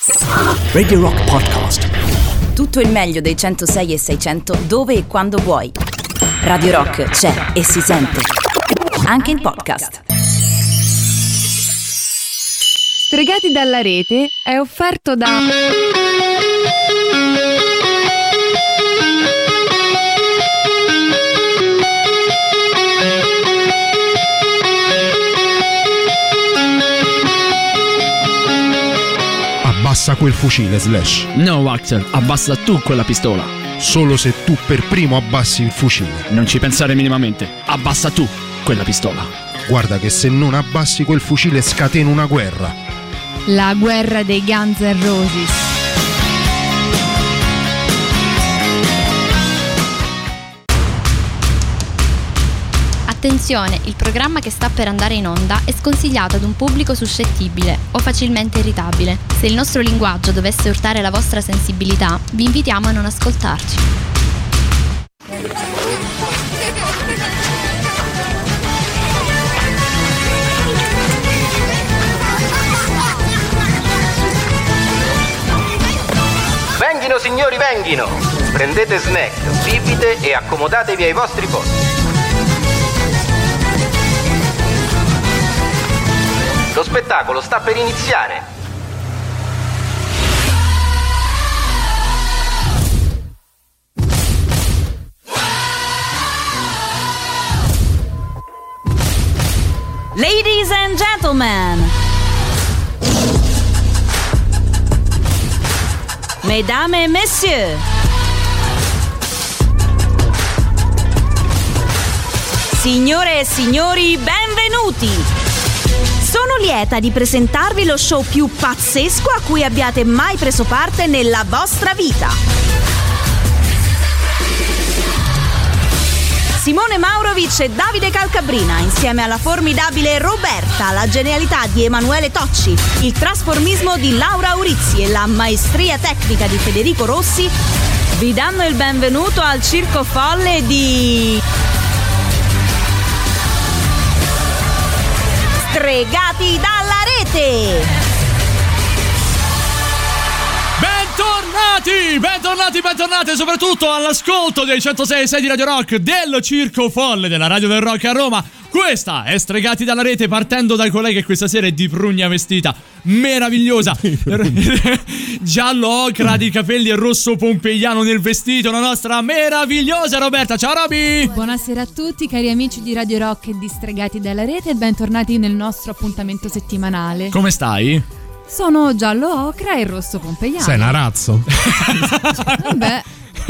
Radio Rock Podcast. Tutto il meglio dei 106 e 600 dove e quando vuoi. Radio Rock c'è e si sente anche in podcast. Stregati dalla rete è offerto da Abbassa quel fucile, Slash. No, Axel, abbassa tu quella pistola. Solo se tu per primo abbassi il fucile. Non ci pensare minimamente. Abbassa tu quella pistola. Guarda che se non abbassi quel fucile scateno una guerra. la guerra dei Guns N' Roses. Attenzione, il programma che sta per andare in onda è sconsigliato ad un pubblico suscettibile o facilmente irritabile. Se il nostro linguaggio dovesse urtare la vostra sensibilità, vi invitiamo a non ascoltarci. Venghino signori, venghino! Prendete snack, bibite e accomodatevi ai vostri posti. Lo spettacolo sta per iniziare. Ladies and gentlemen, mesdames et messieurs, signore e signori, benvenuti! Sono lieta di presentarvi lo show più pazzesco a cui abbiate mai preso parte nella vostra vita. Simone Maurovic e Davide Calcabrina, insieme alla formidabile Roberta, la genialità di Emanuele Tocci, il trasformismo di Laura Aurizzi e la maestria tecnica di Federico Rossi, vi danno il benvenuto al circo folle di... Stregati dalla rete! Bentornati soprattutto all'ascolto dei 106.6 di Radio Rock, del Circo Folle della Radio del Rock a Roma. Questa è Stregati dalla rete, partendo dai colleghi che questa sera è di prugna vestita, meravigliosa, giallo ocra di capelli e rosso pompeiano nel vestito, la nostra meravigliosa Roberta. Ciao Roby! Buonasera a tutti cari amici di Radio Rock e di Stregati dalla rete e bentornati nel nostro appuntamento settimanale. Come stai? Sono giallo ocra e rosso pompeiano. Sei un arazzo. Vabbè.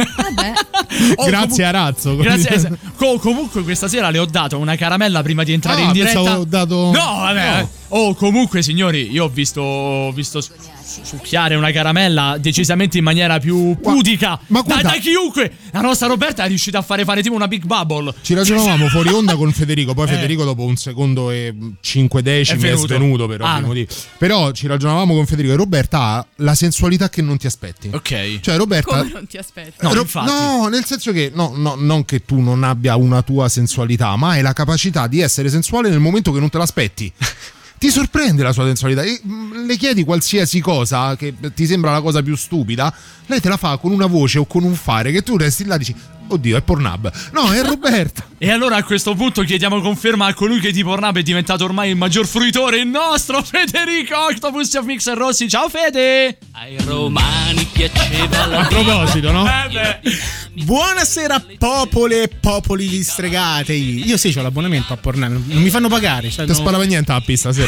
Grazie Arazzo. Grazie. Comunque questa sera le ho dato una caramella prima di entrare in diretta. Ho dato... No, vabbè. No. Comunque signori, io ho visto succhiare una caramella decisamente in maniera più pudica da chiunque. La nostra Roberta è riuscita a fare tipo una Big Bubble. Ci ragionavamo fuori onda con Federico. Poi Federico dopo un secondo e 5 decimi è svenuto per ovvi motivi. Però ci ragionavamo con Federico e Roberta ha la sensualità che non ti aspetti. Ok. Cioè Roberta... Come non ti aspetti? No, nel senso che non che tu non abbia una tua sensualità, ma hai la capacità di essere sensuale nel momento che non te l'aspetti. Ti sorprende la sua sensualità. Le chiedi qualsiasi cosa che ti sembra la cosa più stupida, lei te la fa con una voce o con un fare che tu resti là e dici: oddio, è Pornhub. No, è Roberta. E allora a questo punto chiediamo conferma a colui che di Pornhub è diventato ormai il maggior fruitore, il nostro Federico Octopus of Mixer Rossi. Ciao Fede! Ai romani piaceva la... A proposito, no? Buonasera popole e popoli di stregate. Io sì, ho l'abbonamento a Pornhub, non mi fanno pagare, cioè, non sparava niente alla pista stasera.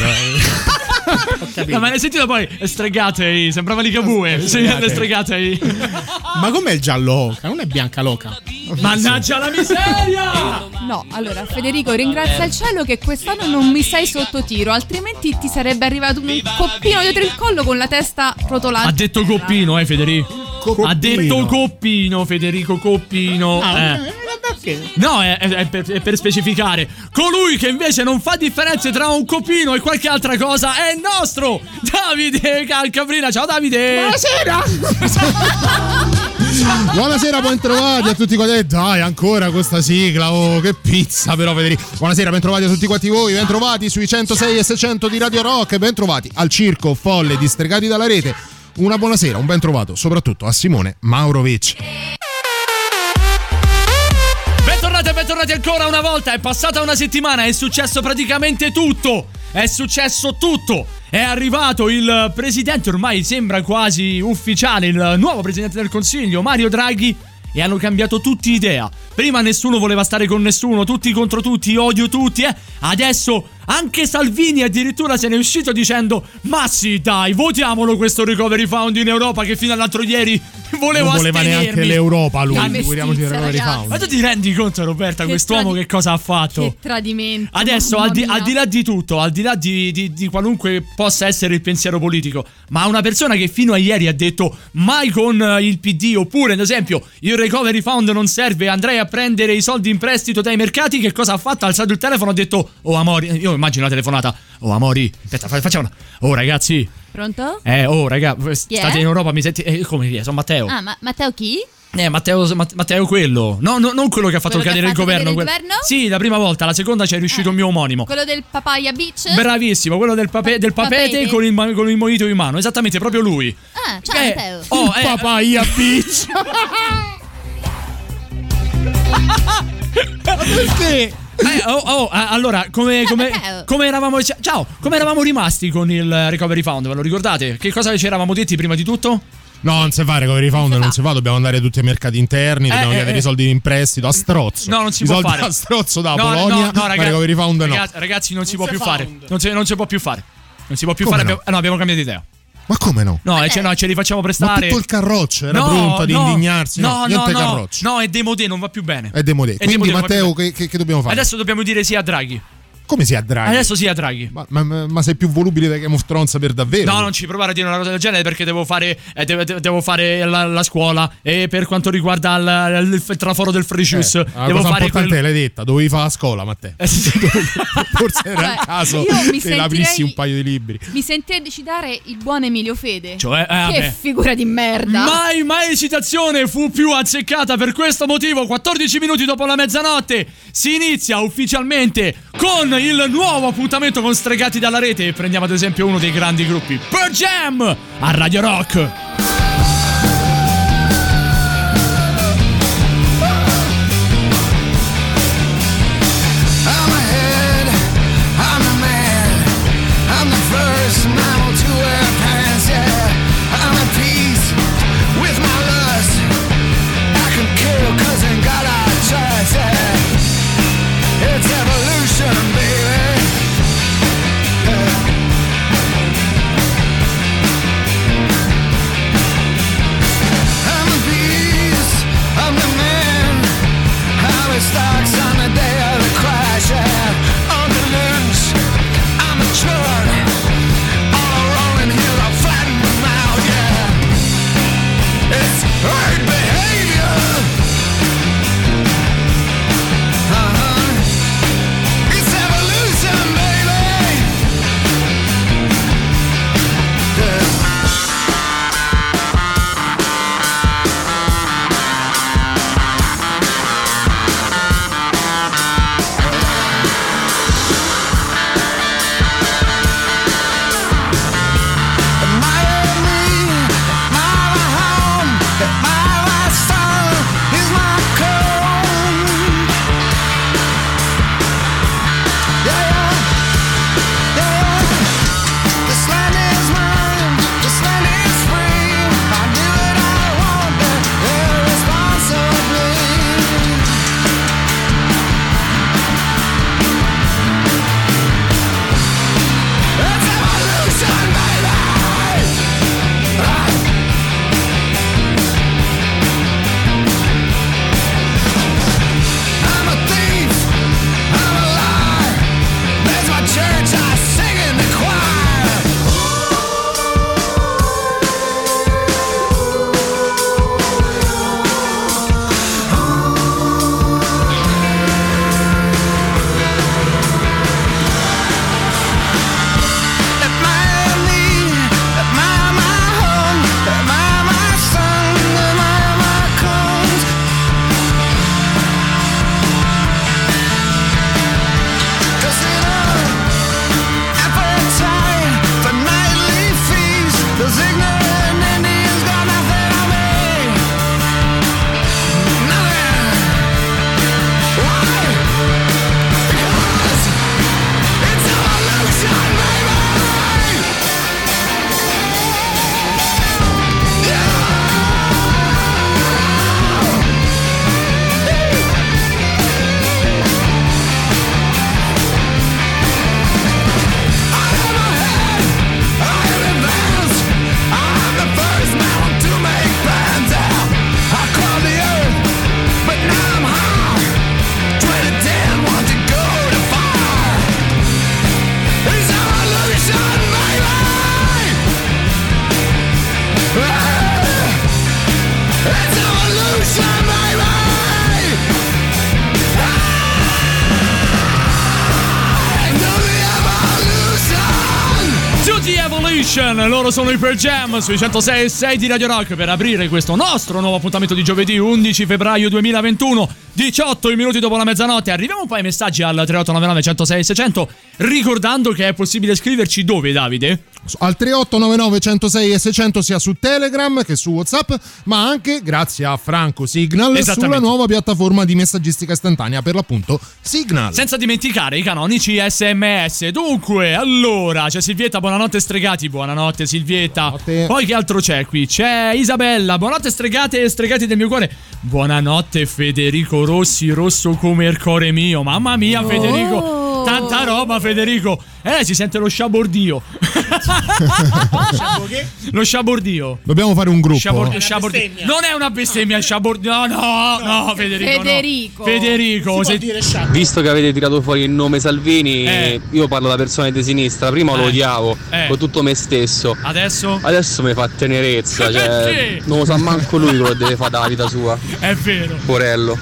No, ma l'hai sentito poi? Stregate, sembrava Ligabue. Le stregate. Ma com'è il giallo oca? Non è bianca loca? Mannaggia la miseria! No, allora Federico, ringrazia il cielo che quest'anno non mi sei sotto tiro, altrimenti ti sarebbe arrivato un coppino dietro il collo con la testa rotolata. Ha detto coppino, Federico. Ha detto coppino, Federico Coppino. No, è per specificare. Colui che invece non fa differenze tra un coppino e qualche altra cosa è il nostro Davide Calcabrina. Ciao Davide. Buonasera, bentrovati a tutti quanti. Dai, ancora questa sigla, oh, che pizza però Federico. Buonasera, bentrovati a tutti quanti voi. Bentrovati sui 106 e 600 di Radio Rock. Bentrovati al Circo Folle di Stregati dalla rete. una buonasera, un ben trovato soprattutto a Simone Maurovic. Bentornati ancora una volta. È passata una settimana, è successo praticamente tutto. È successo tutto. È arrivato il presidente, ormai sembra quasi ufficiale, il nuovo presidente del Consiglio, Mario Draghi, e hanno cambiato tutti idea. Prima nessuno voleva stare con nessuno, tutti contro tutti, odio tutti, Adesso anche Salvini addirittura se ne è uscito dicendo: ma sì dai, votiamolo questo recovery fund in Europa, che fino all'altro ieri volevo non voleva astenermi. neanche l'Europa lui, figuriamoci il recovery fund. Ma tu ti rendi conto, Roberta, che quest'uomo che cosa ha fatto? Che tradimento. Adesso al di là di tutto, al di là di qualunque possa essere il pensiero politico, ma una persona che fino a ieri ha detto mai con il PD, oppure ad esempio il recovery fund non serve, andrei a prendere i soldi in prestito dai mercati, che cosa ha fatto? Ha alzato il telefono, ha detto: oh amori, io immagino la telefonata, oh amori, aspetta, facciamo una, oh ragazzi, pronto? Oh ragazzi, state in Europa, mi senti, come chi è? Sono Matteo. Ah, ma Matteo chi? Matteo quello. No, non quello che ha fatto cadere il governo. Sì, la prima volta, la seconda ci è riuscito il mio omonimo. Quello del Papaya Beach? Bravissimo, quello del papete con il mojito in mano. Esattamente, proprio lui. Ah, ciao Matteo. Papaya Beach. Perché? Allora, come eravamo. Ciao, come eravamo rimasti con il recovery fund? Ve lo ricordate? Che cosa ci eravamo detti prima di tutto? No, non si fa recovery fund, non si fa, dobbiamo andare tutti ai mercati interni, dobbiamo chiedere i soldi in prestito a strozzo. No, non si può fare. A strozzo da Polonia, no, ragazzi, recovery fund ragazzi, non si può più fare. Non si può più fare. Non si può più fare. No, abbiamo cambiato idea. Ma come no? No, ce li facciamo prestare. Ma tutto il carroccio era pronto ad indignarsi. Niente carroccio. No, è demodé, non va più bene. È demodé. Quindi Matteo, che dobbiamo fare? Adesso dobbiamo dire sì a Draghi. Come sia Draghi? Adesso sia Draghi. Ma sei più volubile da Game of Thrones per davvero? No, non ci provare a dire una cosa del genere, perché devo fare la scuola. E per quanto riguarda il traforo del Fricius, devo cosa fare importante l'hai detta, dovevi fare la scuola, Matteo. Forse era il caso che aprissi un paio di libri. Mi sentirei di citare il buon Emilio Fede. Che figura di merda. Mai citazione fu più azzeccata. Per questo motivo, 14 minuti dopo la mezzanotte, si inizia ufficialmente con il nuovo appuntamento con Stregati dalla Rete. Prendiamo ad esempio uno dei grandi gruppi, Pearl Jam, a Radio Rock. Nation, loro sono i Pearl Jam sui 106.6 di Radio Rock per aprire questo nostro nuovo appuntamento di giovedì 11 febbraio 2021, 18 minuti dopo la mezzanotte. Arriviamo un po' ai messaggi al 3899 106 600, ricordando che è possibile scriverci dove, Davide? Al 3899 106 e 600 sia su Telegram che su WhatsApp, ma anche grazie a Franco Signal sulla nuova piattaforma di messaggistica istantanea, per l'appunto Signal. Senza dimenticare i canonici SMS. Dunque, allora, c'è Silvietta, buonanotte stregati, buonanotte Silvietta. Buonanotte. Poi che altro c'è qui? C'è Isabella, buonanotte stregate e stregati del mio cuore. Buonanotte Federico Rossi, rosso come il cuore mio. Mamma mia, Federico, tanta roba Federico. Si sente lo sciabordio. Lo sciabordio. Dobbiamo fare un gruppo. Non è una bestemmia il sciabordio. No, Federico. No. Federico, visto che avete tirato fuori il nome Salvini, io parlo da persona di sinistra. Prima lo odiavo con tutto me stesso. Adesso mi fa tenerezza. Cioè, non lo sa manco lui quello che deve fare dalla vita sua. È vero. Porello.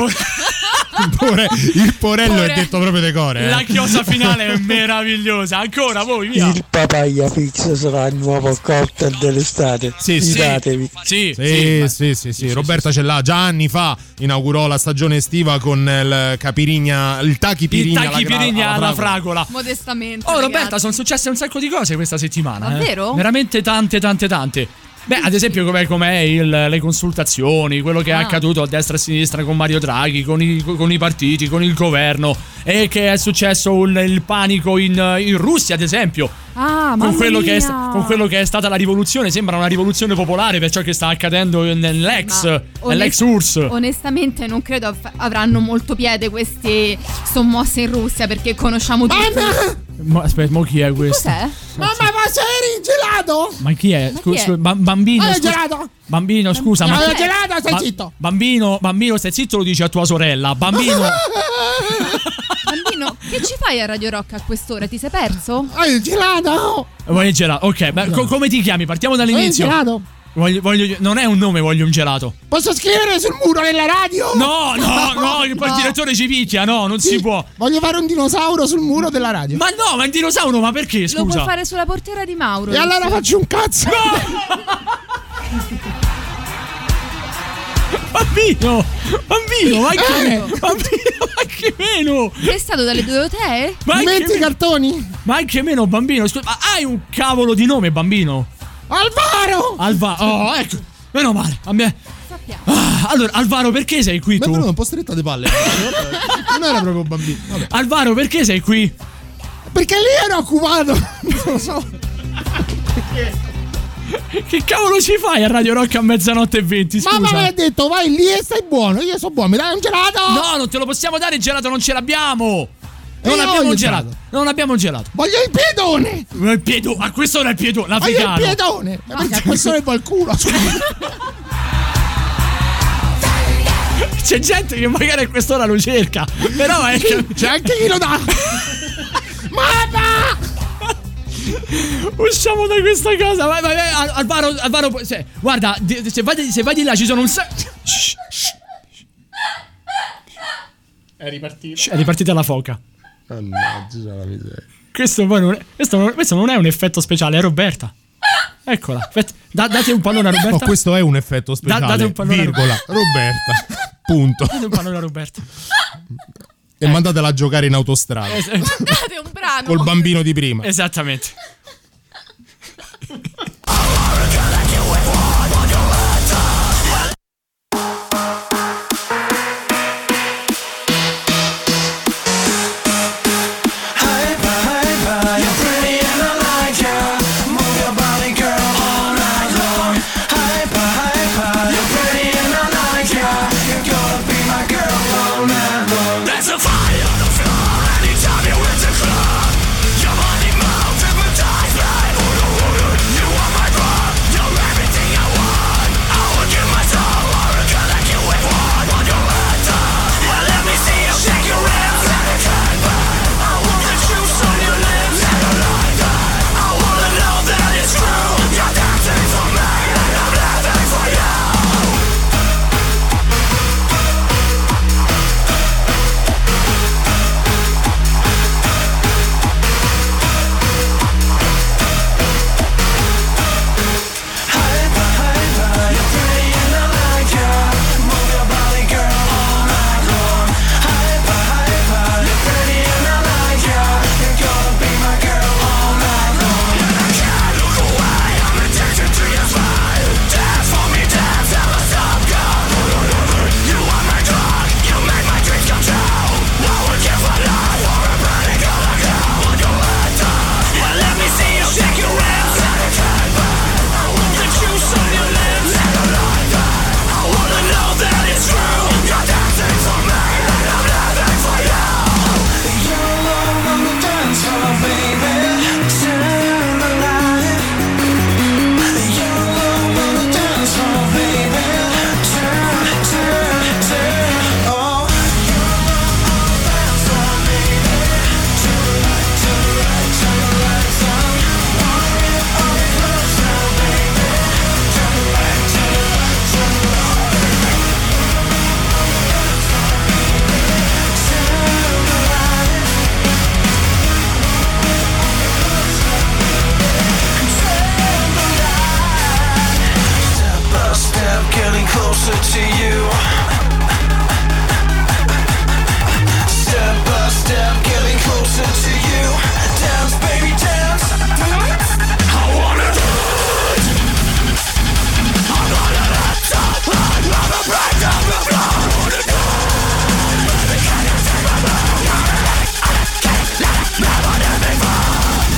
Il porello è detto proprio decore. La chiosa finale è meravigliosa. Ancora voi, via. Il papaya fix sarà il nuovo cocktail dell'estate. Fidatevi. Sì. Roberta ce l'ha già anni fa. Inaugurò la stagione estiva con il tachipirigna alla fragola. Modestamente. Roberta, sono successe un sacco di cose questa settimana. Davvero? Veramente tante. Beh, ad esempio com'è le consultazioni, quello che è accaduto a destra e a sinistra con Mario Draghi, con i partiti, con il governo, e che è successo il panico in Russia, ad esempio. Con quello che è stata la rivoluzione. Sembra una rivoluzione popolare per ciò che sta accadendo nell'ex URSS. Onestamente non credo avranno molto piede queste sommosse in Russia, perché conosciamo tutti. Aspetta, chi è questo? Cos'è? Mamma, ma sei gelato? Ma chi è? Bambino. Gelato. Bambino, scusa. Ma gelato, stai zitto. Bambino, stai zitto, lo dici a tua sorella. Bambino, che ci fai a Radio Rock a quest'ora? Ti sei perso? Il gelato. Vuoi il gelato? Ok, beh, come ti chiami? Partiamo dall'inizio. Il gelato. Non è un nome, voglio un gelato. Posso scrivere sul muro della radio? No, che poi il direttore ci picchia. No, non si può. Voglio fare un dinosauro sul muro della radio. Ma no, ma un dinosauro, ma perché? Scusa. Lo puoi fare sulla portiera di Mauro. E allora faccio un cazzo. Bambino, ma anche meno. Sei stato dalle due te? Metti i cartoni. Ma anche meno, bambino. Scusa, ma hai un cavolo di nome, bambino? Alvaro. Oh, ecco. Meno male. A me. Sappiamo. Allora, Alvaro, perché sei qui tu? Ma è un po' stretta di palle. Non era proprio bambino. Vabbè. Alvaro, perché sei qui? Perché lì ero occupato. Non lo so. Che cavolo ci fai a Radio Rock a mezzanotte e 20? Scusa. Mamma mi ha detto vai lì e stai buono. Io sono buono, mi dai un gelato? No, non te lo possiamo dare il gelato, non ce l'abbiamo. Non abbiamo un gelato. Voglio il piedone. Il piedone. A quest'ora è il piedone. L'africano. Voglio il piedone. Perché a quest'ora è il culo. C'è gente che magari a quest'ora lo cerca. Però è che c'è anche chi lo dà. Mamma! Usciamo da questa cosa. Vai. Alvaro, guarda, se vai di là ci sono un È ripartita la foca. Mannaggia la miseria. Questo non è un effetto speciale, è Roberta. Eccola. Date un pallone a Roberta. No, questo è un effetto speciale. Date un pallone virgola. a Roberta. Punto. Date un pallone a Roberta. E mandatela a giocare in autostrada. Date un brano. Col bambino di prima. Esattamente. There's a fire on the floor anytime you enter club. Your money mouth, hypnotized. closer to you. Step by step, getting closer to you. Dance, baby, dance. I wanna dance. I'm gonna dance. I'm gonna break down the floor. I wanna dance. Baby, can you take my breath? I can't let never let me fall.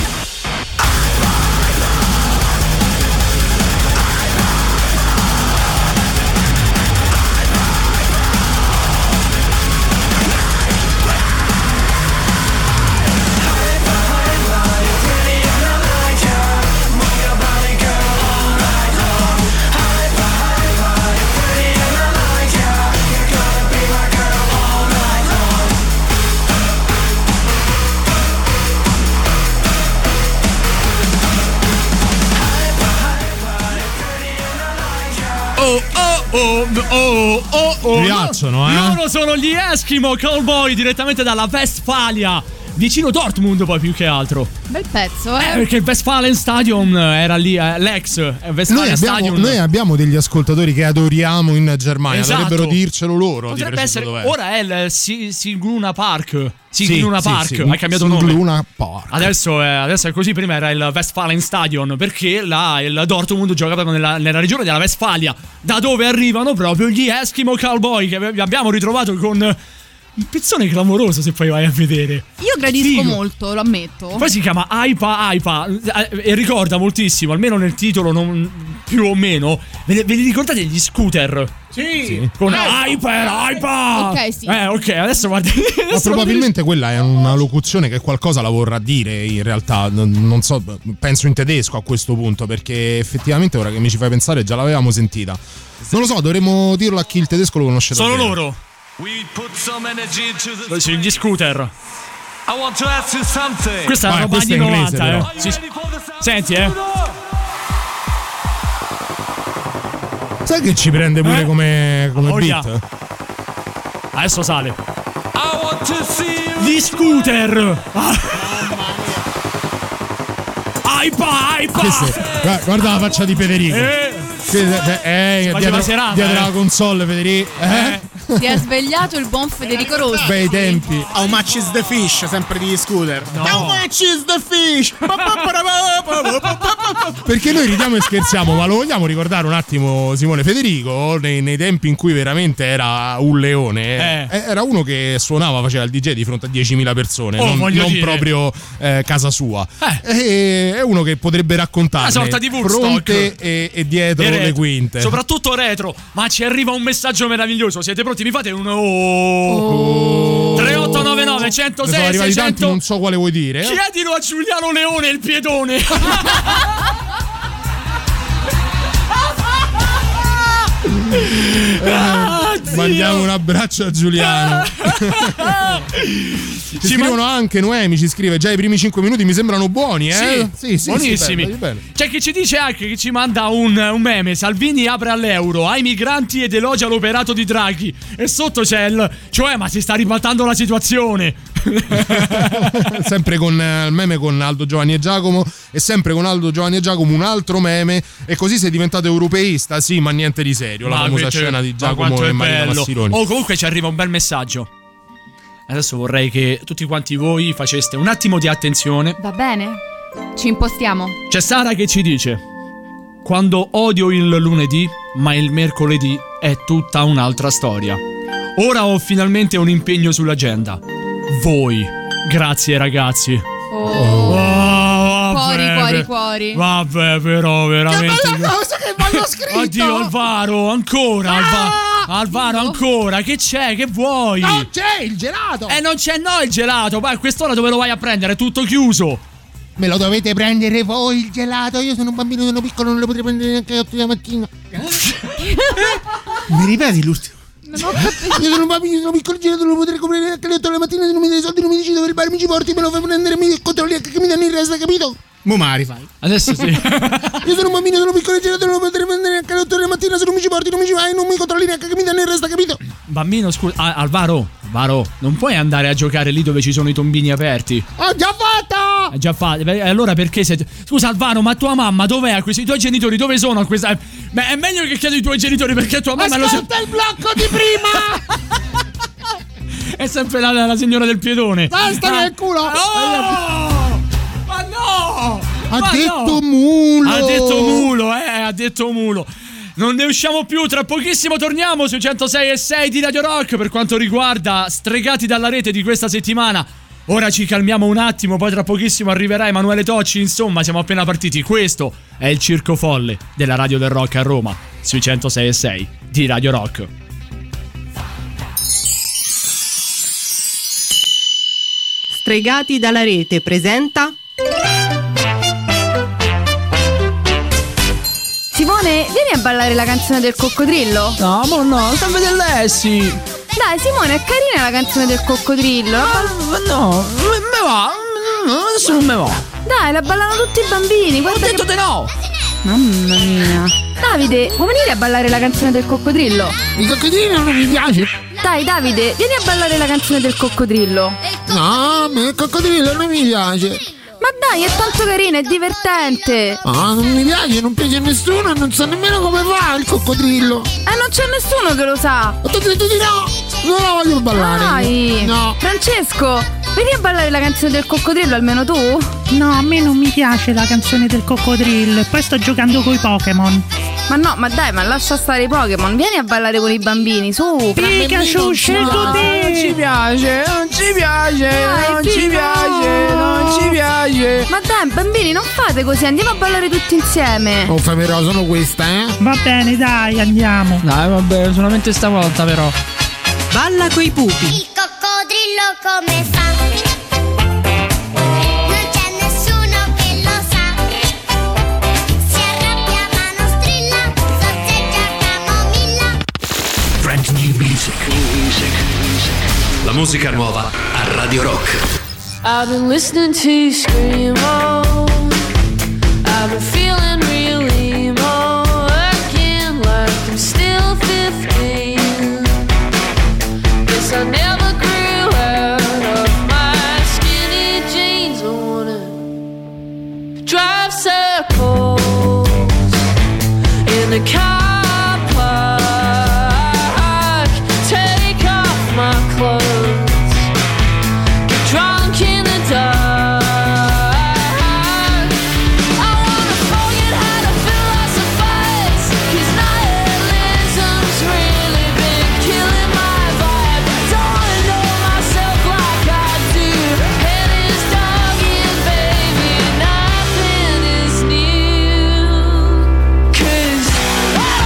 Mi piacciono, Loro sono gli Eskimo Callboy direttamente dalla Westfalia, vicino Dortmund poi più che altro. Bel pezzo, perché il Westfalen Stadium era lì, l'ex Westfalen Stadium. Noi abbiamo degli ascoltatori che adoriamo in Germania, Esatto. dovrebbero dircelo loro. Potrebbe essere, ora è il Sigluna Park. Sì, Ha cambiato nome. Sigluna Park. Adesso è così, prima era il Westfalen Stadion, perché là il Dortmund giocava nella regione della Westfalia, da dove arrivano proprio gli Eskimo Callboy, che abbiamo ritrovato con un pezzone clamoroso, se poi vai a vedere. Io gradisco molto, lo ammetto. Poi si chiama Aipa e ricorda moltissimo, almeno nel titolo, più o meno. Ve li ricordate gli scooter? Sì. Con Aipa. Ok, sì. Ok, adesso guardi. Ma probabilmente quella è una locuzione che qualcosa la vorrà dire in realtà. Non so, penso in tedesco a questo punto, perché effettivamente ora che mi ci fai pensare già l'avevamo sentita. Non lo so, dovremmo dirlo a chi il tedesco lo conosce davvero. Sono loro. Sì, gli scooter. Questa è la roba anni 90, Senti, Sai che ci prende pure come beat? Adesso sale. Gli scooter. Aipa. Guarda la faccia di Federico. Dietro la console, Federico. Si è svegliato il buon Federico Rossi. Bei tempi. How much is the fish? Sempre di scooter. No. How much is the fish? Perché noi ridiamo e scherziamo, ma lo vogliamo ricordare un attimo, Simone? Federico, nei tempi in cui veramente era un leone, era uno che suonava, faceva il DJ di fronte a 10.000 persone, non proprio casa sua. È uno che potrebbe raccontare una sorta di fronte e dietro le quinte. Soprattutto retro. Ma ci arriva un messaggio meraviglioso. Siete pronti? Mi fate un 3899 106 sono arrivati 600. tanti, non so quale vuoi dire. Chiedilo a Giuliano Leone il piedone. Mandiamo un abbraccio a Giuliano. Ci scrivono anche Noemi, ci scrive: già i primi 5 minuti mi sembrano buoni, Sì, buonissimi. Bello. C'è chi ci dice anche, che ci manda un meme: Salvini apre all'euro, ai migranti ed elogia l'operato di Draghi. E sotto c'è ma si sta ribaltando la situazione. Sempre con il meme con Aldo, Giovanni e Giacomo. E sempre con Aldo, Giovanni e Giacomo un altro meme. E così sei diventato europeista, sì, ma niente di serio. La famosa scena di Giacomo e Marina Massironi. Comunque ci arriva un bel messaggio. Adesso vorrei che tutti quanti voi faceste un attimo di attenzione. Va bene? Ci impostiamo. C'è Sara che ci dice: quando odio il lunedì, ma il mercoledì è tutta un'altra storia. Ora ho finalmente un impegno sull'agenda. Voi. Grazie ragazzi. Cuori. Vabbè, però veramente. Che bella cosa che voglio scritto. Oddio, Alvaro, ancora. Alvaro, ancora. Che c'è? Che vuoi? Non c'è il gelato. Non c'è il gelato. Poi a quest'ora dove lo vai a prendere? È tutto chiuso. Me lo dovete prendere voi il gelato. Io sono un bambino, sono piccolo, non lo potrei prendere neanche alle 8 della mattina. Mi ripeti l'ultimo? Non ho capito. Io sono un bambino, sono piccolo, il gelato non lo potrei comprare neanche alle 8 della mattina. Se non mi dai i soldi, non mi dici dove il bar mi ci porti, me lo fai prendere, mi controlli anche che mi danno il resto, capito? Mo mari fai. Adesso sì. Io sono un bambino, sono piccolo, il gelato non lo potrei prendere neanche alle 8 della mattina. Se non mi ci porti, non mi ci vai, non mi controlli neanche che mi danno il resto, capito? Bambino, scusa, Alvaro, non puoi andare a giocare lì dove ci sono i tombini aperti. Ho già fatto! È già fatto. Allora perché sei... Scusa Alvaro, ma tua mamma dov'è? I tuoi genitori dove sono? È meglio che chiedo i tuoi genitori perché tua mamma... Ascolta il blocco di prima! È sempre la signora del piedone. Basta nel culo! Oh! Ma no! Ha detto mulo! Ha detto mulo. Non ne usciamo più, tra pochissimo torniamo sui 106.6 di Radio Rock per quanto riguarda Stregati dalla rete di questa settimana. Ora ci calmiamo un attimo, poi tra pochissimo arriverà Emanuele Tocci, insomma siamo appena partiti. Questo è il Circo Folle della Radio del Rock a Roma sui 106.6 di Radio Rock. Stregati dalla rete presenta Simone, vieni a ballare la canzone del coccodrillo? No, ma no, sta a vedere Lessi. Dai Simone, è carina la canzone del coccodrillo. No, me va. Adesso non me va. Dai, la ballano tutti i bambini. Guarda, ho detto di no. Mamma mia. Davide, vuoi venire a ballare la canzone del coccodrillo? Il coccodrillo non mi piace. Dai Davide, vieni a ballare la canzone del coccodrillo. No, a me il coccodrillo non mi piace. Ma dai, è tanto carino, è divertente. Ah, non mi piace, non piace a nessuno e non so nemmeno come va il coccodrillo. Non c'è nessuno che lo sa. Ho detto di no, non la voglio ballare. Dai, no. Francesco, vieni a ballare la canzone del coccodrillo almeno tu? No, a me non mi piace la canzone del coccodrillo e poi sto giocando coi Pokémon. Ma no, ma dai, ma lascia stare i Pokémon, vieni a ballare con i bambini, su. Pikachu, scelgo te. Non ci piace, non ci piace. Ma dai, bambini, non fate così, andiamo a ballare tutti insieme. Oh, però sono questa, Va bene, dai, andiamo. Dai, vabbè, solamente stavolta però. Balla coi pupi. Il coccodrillo come fa? Non c'è nessuno che lo sa. Si arrabbia ma non strilla, sozzeggia camomilla. Brand new music. La musica nuova a Radio Rock. I've been listening to you scream, oh. I've been feeling real emo again, like I'm still 15. Guess I never grew out of my skinny jeans. I wanna drive circles in the car park, take off my clothes, get drunk in the dark. I wanna forget how to philosophize, 'cause nihilism's really been killing my vibe. Don't wanna know myself like I do. Head is dog and baby, nothing is new. 'Cause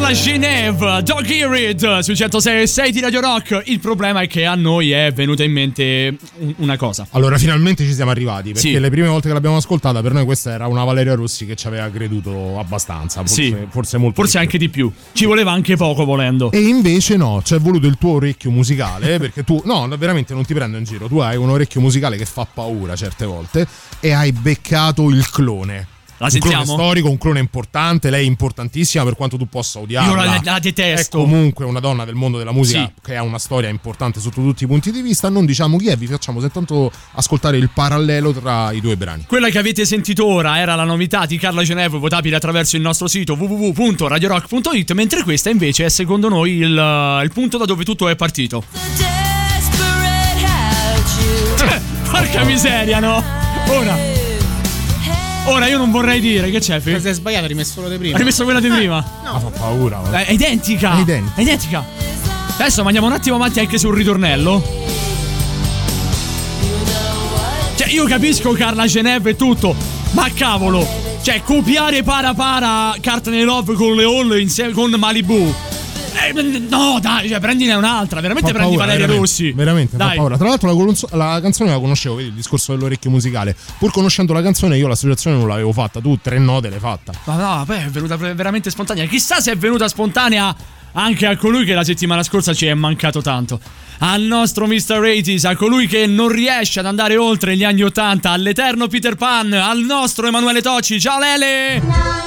Carla Genève, Dog Hear It sui 106.6 di Radio Rock. Il problema è che a noi è venuta in mente una cosa. Allora, finalmente ci siamo arrivati, perché Sì. le prime volte che l'abbiamo ascoltata, per noi questa era una Valeria Rossi che ci aveva creduto abbastanza, forse molto. Forse anche di più. Ci voleva anche poco, volendo. E invece no, c'è voluto il tuo orecchio musicale, perché tu, no, veramente non ti prendo in giro, tu hai un orecchio musicale che fa paura certe volte e hai beccato il clone. La un clone sentiamo? storico, un clone importante, lei è importantissima per quanto tu possa odiarla. Io la detesto. È comunque una donna del mondo della musica, Sì. che ha una storia importante sotto tutti i punti di vista. Non diciamo chi è, vi facciamo soltanto ascoltare il parallelo tra i due brani. Quella che avete sentito ora era la novità di Carla Genève, votabile attraverso il nostro sito www.radiorock.it, mentre questa invece è secondo noi il punto da dove tutto è partito. Porca miseria, no? Ora io non vorrei dire, che c'è, Fi? Sei sbagliato, hai rimesso solo di prima. Hai rimesso quella di prima? Ma fa paura. È identica. È identica. Adesso andiamo un attimo avanti anche sul ritornello. Cioè, io capisco Carla Genève e tutto, ma cavolo, cioè, copiare para Courtney Love con le Hall insieme con Malibu. No, dai, cioè, prendine un'altra. Veramente Fa prendi paura, Valeria veramente, Rossi. Veramente fa Dai. paura. Tra l'altro la canzone la conoscevo, vedi il discorso dell'orecchio musicale. Pur conoscendo la canzone io l'associazione non l'avevo fatta. Tu 3 note l'hai fatta. Ma no, beh, è venuta veramente spontanea. Chissà se è venuta spontanea anche a colui che la settimana scorsa ci è mancato tanto. Al nostro Mr. 80s, a colui che non riesce ad andare oltre gli anni 80, all'eterno Peter Pan, al nostro Emanuele Tocci. Ciao Lele!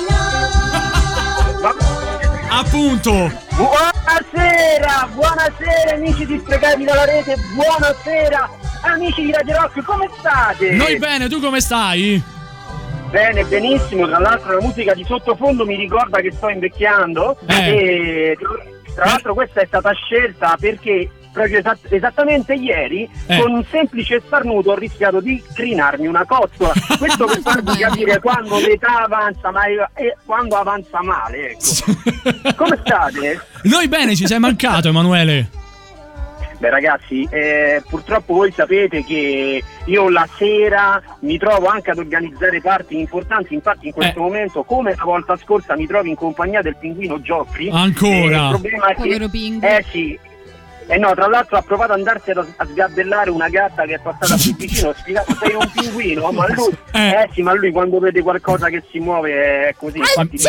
Appunto! Buonasera amici di Stregati dalla Rete, buonasera amici di Radio Rock, come state? Noi bene, tu come stai? Bene, benissimo, tra l'altro la musica di sottofondo mi ricorda che sto invecchiando e tra l'altro questa è stata scelta perché proprio esattamente ieri con un semplice starnuto ho rischiato di crinarmi una costola. Questo per farvi capire quando l'età avanza, ma quando avanza male, ecco. Come state? Noi bene, ci sei mancato Emanuele. Beh ragazzi, purtroppo voi sapete che io la sera mi trovo anche ad organizzare party importanti, infatti in questo momento, come la volta scorsa, mi trovo in compagnia del pinguino Geoffrey. Ancora? Il problema è Povero che... Pingu. Sì. No, tra l'altro ha provato ad andarsi a sgabellare una gatta che è passata più vicino. Ho spiegato, sei un pinguino? Ma lui, sì, ma lui quando vede qualcosa che si muove è così.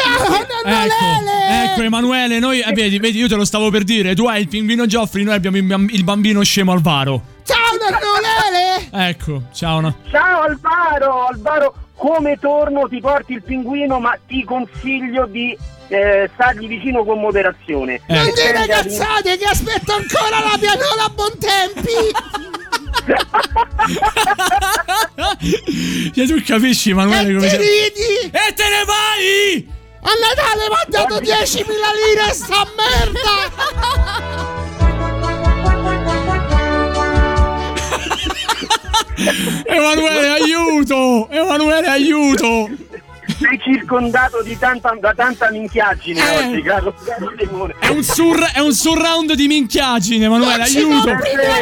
Ecco Emanuele, noi vedi, io te lo stavo per dire, tu hai il pinguino Geoffrey, noi abbiamo il bambino scemo Alvaro. Ciao Nannolele! Ecco, ciao. Ciao Alvaro, come torno ti porti il pinguino, ma ti consiglio di stargli vicino con moderazione. Non dire cazzate che aspetto ancora la pianola a buon tempi. Cioè, tu capisci Emanuele come ti sei... ridi? E te ne vai! A Natale mi ha dato 10.000 lire sta merda. Emanuele aiuto! Sei circondato da tanta minchiaggine oggi, caro Limone. È un surround di minchiaggine, Emanuele, aiuto!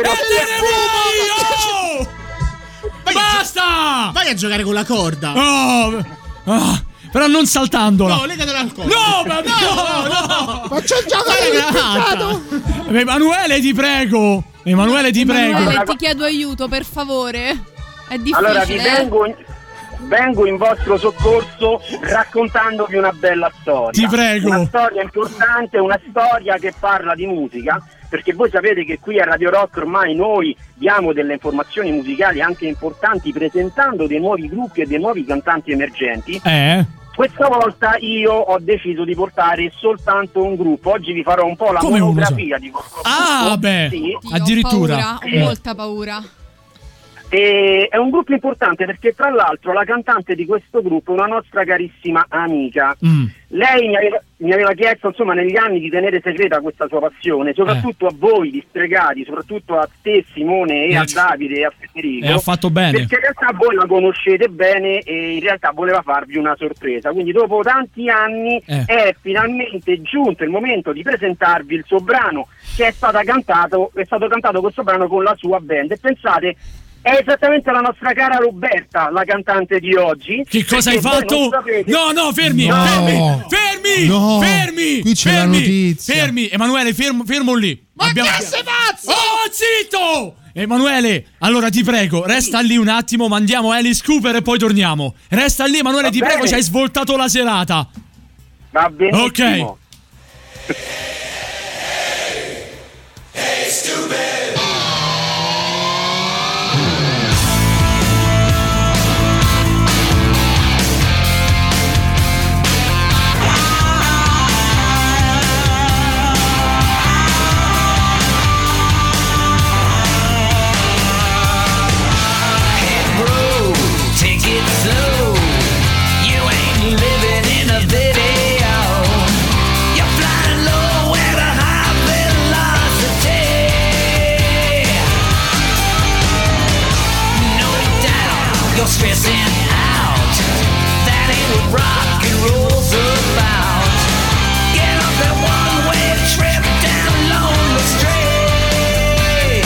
Basta! Vai a giocare con la corda. Però non saltandola. No, legatela al collo. No! Faccio il gioco dell'impiccato. Emanuele, ti prego. Emanuele, ti chiedo aiuto, per favore. È difficile. Allora vengo in vostro soccorso raccontandovi una bella storia. Ti prego. Una storia importante, una storia che parla di musica, perché voi sapete che qui a Radio Rock ormai noi diamo delle informazioni musicali anche importanti, presentando dei nuovi gruppi e dei nuovi cantanti emergenti. Questa volta io ho deciso di portare soltanto un gruppo. Oggi vi farò un po' la monografia di questo gruppo. Beh, sì. addirittura. Ho molta paura. E è un gruppo importante perché tra l'altro la cantante di questo gruppo è una nostra carissima amica. Lei mi aveva chiesto insomma negli anni di tenere segreta questa sua passione, soprattutto a voi di Stregati, soprattutto a te Simone e a Davide e a Federico. E ha fatto bene. Perché in realtà voi la conoscete bene e in realtà voleva farvi una sorpresa. Quindi dopo tanti anni è finalmente giunto il momento di presentarvi il suo brano che è stato cantato questo brano con la sua band. E pensate, è esattamente la nostra cara Roberta, la cantante di oggi. Che cosa hai fatto? No, fermi! No. Fermi! Fermi! No, Fermi! qui c'è la notizia. Fermi! Emanuele, fermo lì. Ma che sei pazzo? Oh, zitto! Emanuele, allora ti prego, resta lì un attimo, mandiamo Alice Cooper e poi torniamo. Resta lì, Emanuele, ti prego, ci hai svoltato la serata. Va benissimo. Ok. Take it slow. You ain't living in a video. You're flying low at a high velocity. No doubt you're stressing out. That ain't what rock and roll's about. Get off that one-way trip down Lonely Street.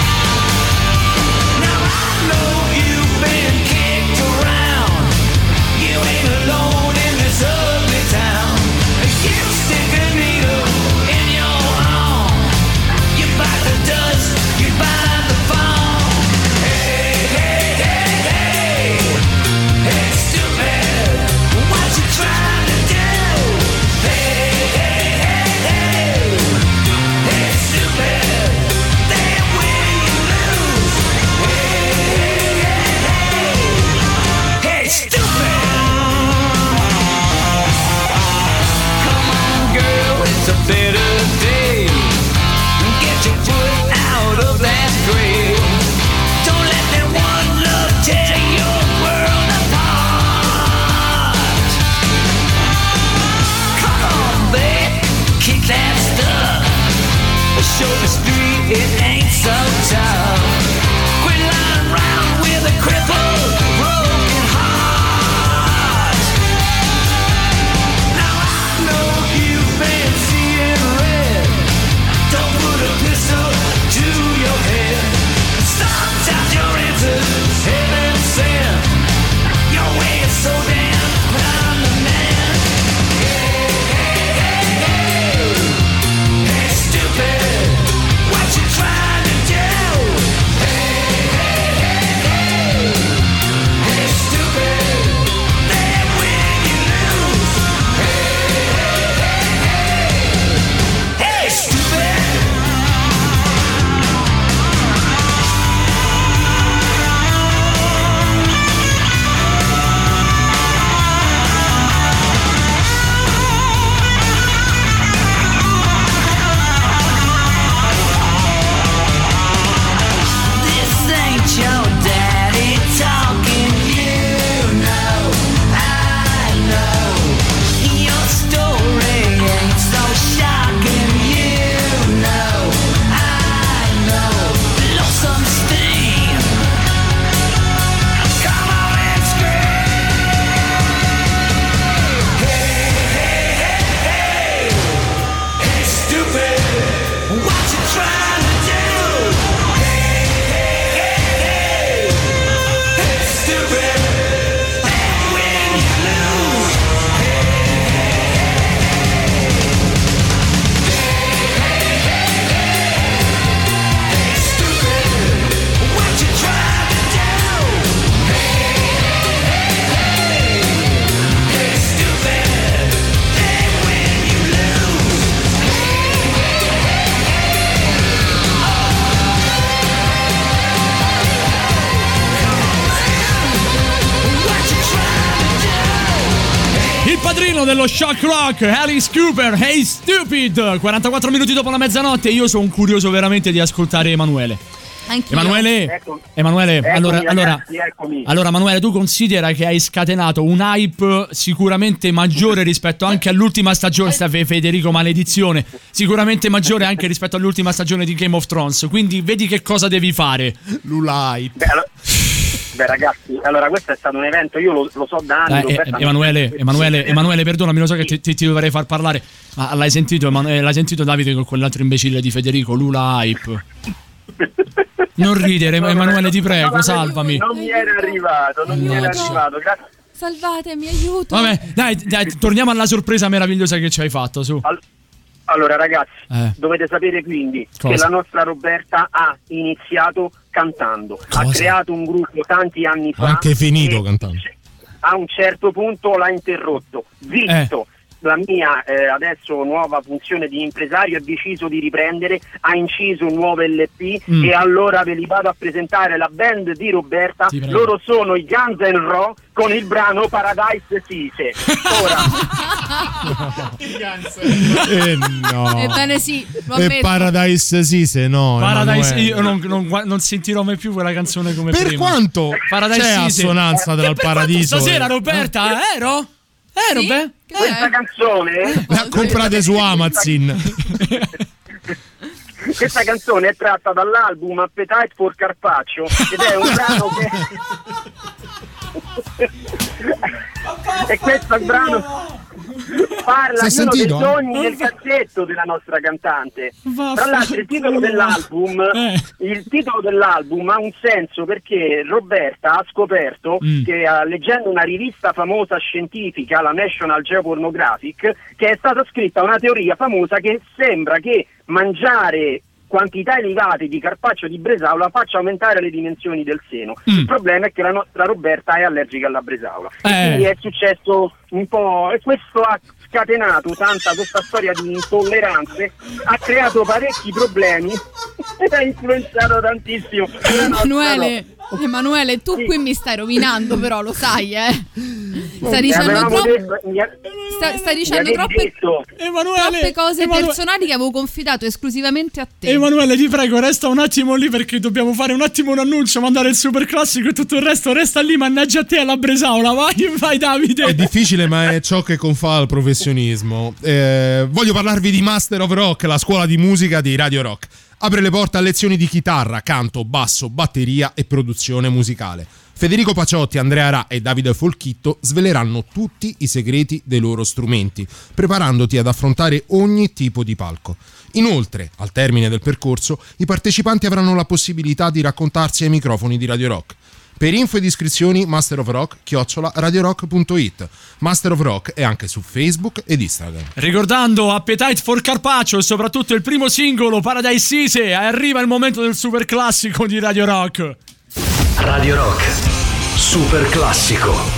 Now I know you've been kicked around. You ain't alone in this ugly town. You stick a needle in your arm. You bite the dust, you bite the foam. Hey, hey, hey, hey. Hey, stupid, what you trying to do? Hey, hey, hey, hey. Hey, stupid, then when you lose. Hey, hey, hey. Hey, stupid. Come on, girl, it's a better day. Get your foot out of that grave. Don't let that one look tear your world apart. Come on, babe, kick that stuff. Show the street it ain't so tough. Quit lying around with a crippled, broken heart. Now I know you've been seeing red. Don't put a pistol to your head. Sometimes your answer's heaven sent. Your way is so damn, but I'm the man. Hey, hey, hey, hey. Hey, stupid, what you trying to do? Hey, hey, hey, hey. Hey, stupid, then when you lose. Hey, hey, hey, hey. Hey, stupid. This ain't your daddy talking, you know, I know. Your story ain't so shocking, you know, I know. Blow some steam. Come on and scream. Hey, hey, hey, hey. Hey, stupid, what you trying to do? Hey, hey, hey, hey. Hey, stupid, and when you lose. Hey, hey, stupid, what you trying to do? Hey, stupid, and when you lose. Il padrino dello shock rock, Alice Cooper, Hey Stupid. 44 minuti dopo la mezzanotte. Io sono curioso veramente di ascoltare Emanuele. Anch'io. Emanuele, allora Emanuele, tu considera che hai scatenato un hype sicuramente maggiore rispetto anche all'ultima stagione, Federico maledizione, sicuramente maggiore anche rispetto all'ultima stagione di Game of Thrones, quindi vedi che cosa devi fare. L'hype. Beh ragazzi, allora questo è stato un evento, io lo so da anni. Emanuele, perdonami, lo so che ti dovrei far parlare, ma l'hai sentito Davide con quell'altro imbecille di Federico, Lula Hype? Non ridere, Emanuele, ti prego, salvami. Non mi era arrivato, salvatemi, aiuto. Vabbè, dai, torniamo alla sorpresa meravigliosa che ci hai fatto, su. Allora ragazzi, dovete sapere quindi che la nostra Roberta ha iniziato cantando. Ha creato un gruppo tanti anni fa. Anche finito cantando. A un certo punto l'ha interrotto. Visto la mia adesso nuova funzione di impresario, ho deciso di riprendere, ha inciso un nuovo LP e allora ve li vado a presentare, la band di Roberta. Loro sono i Guns N' Roses con il brano Paradise Sise. Ora no. Ebbene sì, lo e ammetto. Paradise Sise, no. Paradise, io non sentirò mai più quella canzone come per prima. Quanto Paradise c'è Sise. assonanza tra il paradiso Stasera Roberta ero? Sì? Beh? Questa canzone la comprate su Amazon. Questa canzone è tratta dall'album Appetite for Carpaccio ed è un brano che e questo brano parla di uno dei sogni del cassetto della nostra cantante. Tra l'altro il titolo dell'album ha un senso, perché Roberta ha scoperto che leggendo una rivista famosa scientifica, la National Geopornographic, che è stata scritta una teoria famosa che sembra che mangiare quantità elevate di carpaccio di bresaola faccia aumentare le dimensioni del seno. Il problema è che la nostra Roberta è allergica alla bresaola. Quindi è successo un po', e questo ha scatenato questa storia di intolleranze, ha creato parecchi problemi ed ha influenzato tantissimo. Emanuele, tu qui mi stai rovinando, però lo sai, Stai dicendo troppe cose personali che avevo confidato esclusivamente a te. Emanuele, ti prego, resta un attimo lì perché dobbiamo fare un attimo un annuncio, mandare il super classico e tutto il resto. Resta lì, mannaggia a te alla bresaola. Vai Davide. È difficile, ma è ciò che confà il professionismo. Voglio parlarvi di Master of Rock, la scuola di musica di Radio Rock. Apre le porte a lezioni di chitarra, canto, basso, batteria e produzione musicale. Federico Paciotti, Andrea Ra e Davide Folchitto sveleranno tutti i segreti dei loro strumenti, preparandoti ad affrontare ogni tipo di palco. Inoltre, al termine del percorso, i partecipanti avranno la possibilità di raccontarsi ai microfoni di Radio Rock. Per info ed iscrizioni masterofrock@radiorock.it. Master of Rock è anche su Facebook ed Instagram. Ricordando Appetite for Carpaccio e soprattutto il primo singolo Paradise Sise, arriva il momento del super classico di Radio Rock. Radio Rock, super classico.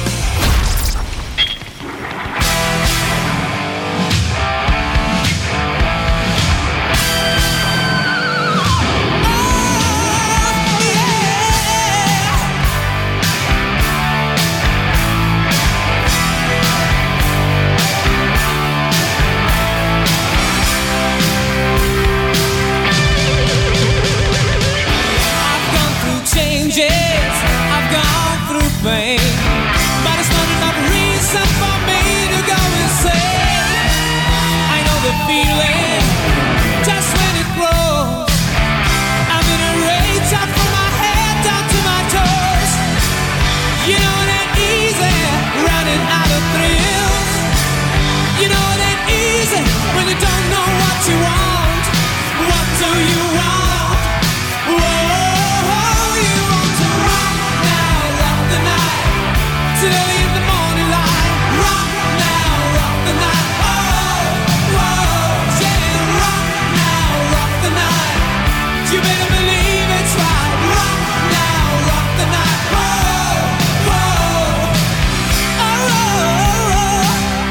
I've gone through pain, but it's not enough reason for me to go insane. I know the feeling just when it grows. I'm in a rage up from my head down to my toes. You know it ain't easy running out of thrills. You know it ain't easy when you don't know what you want. What do you want? Whoa. Till early in the morning light. Rock now, rock the night. Oh, whoa, yeah, rock now, rock the night. You better believe it's right. Rock now, rock the night. Whoa, whoa, oh, oh.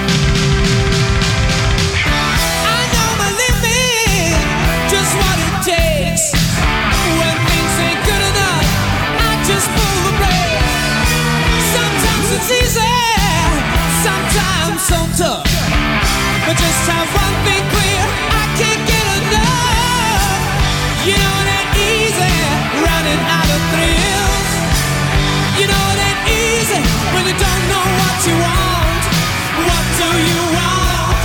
I know my limit, just what it takes. When things ain't good enough, I just pull the brake. Sometimes it's easy, sometimes so tough. But just have one thing clear, I can't get enough. You know it ain't easy running out of thrills. You know it ain't easy when you don't know what you want. What do you want?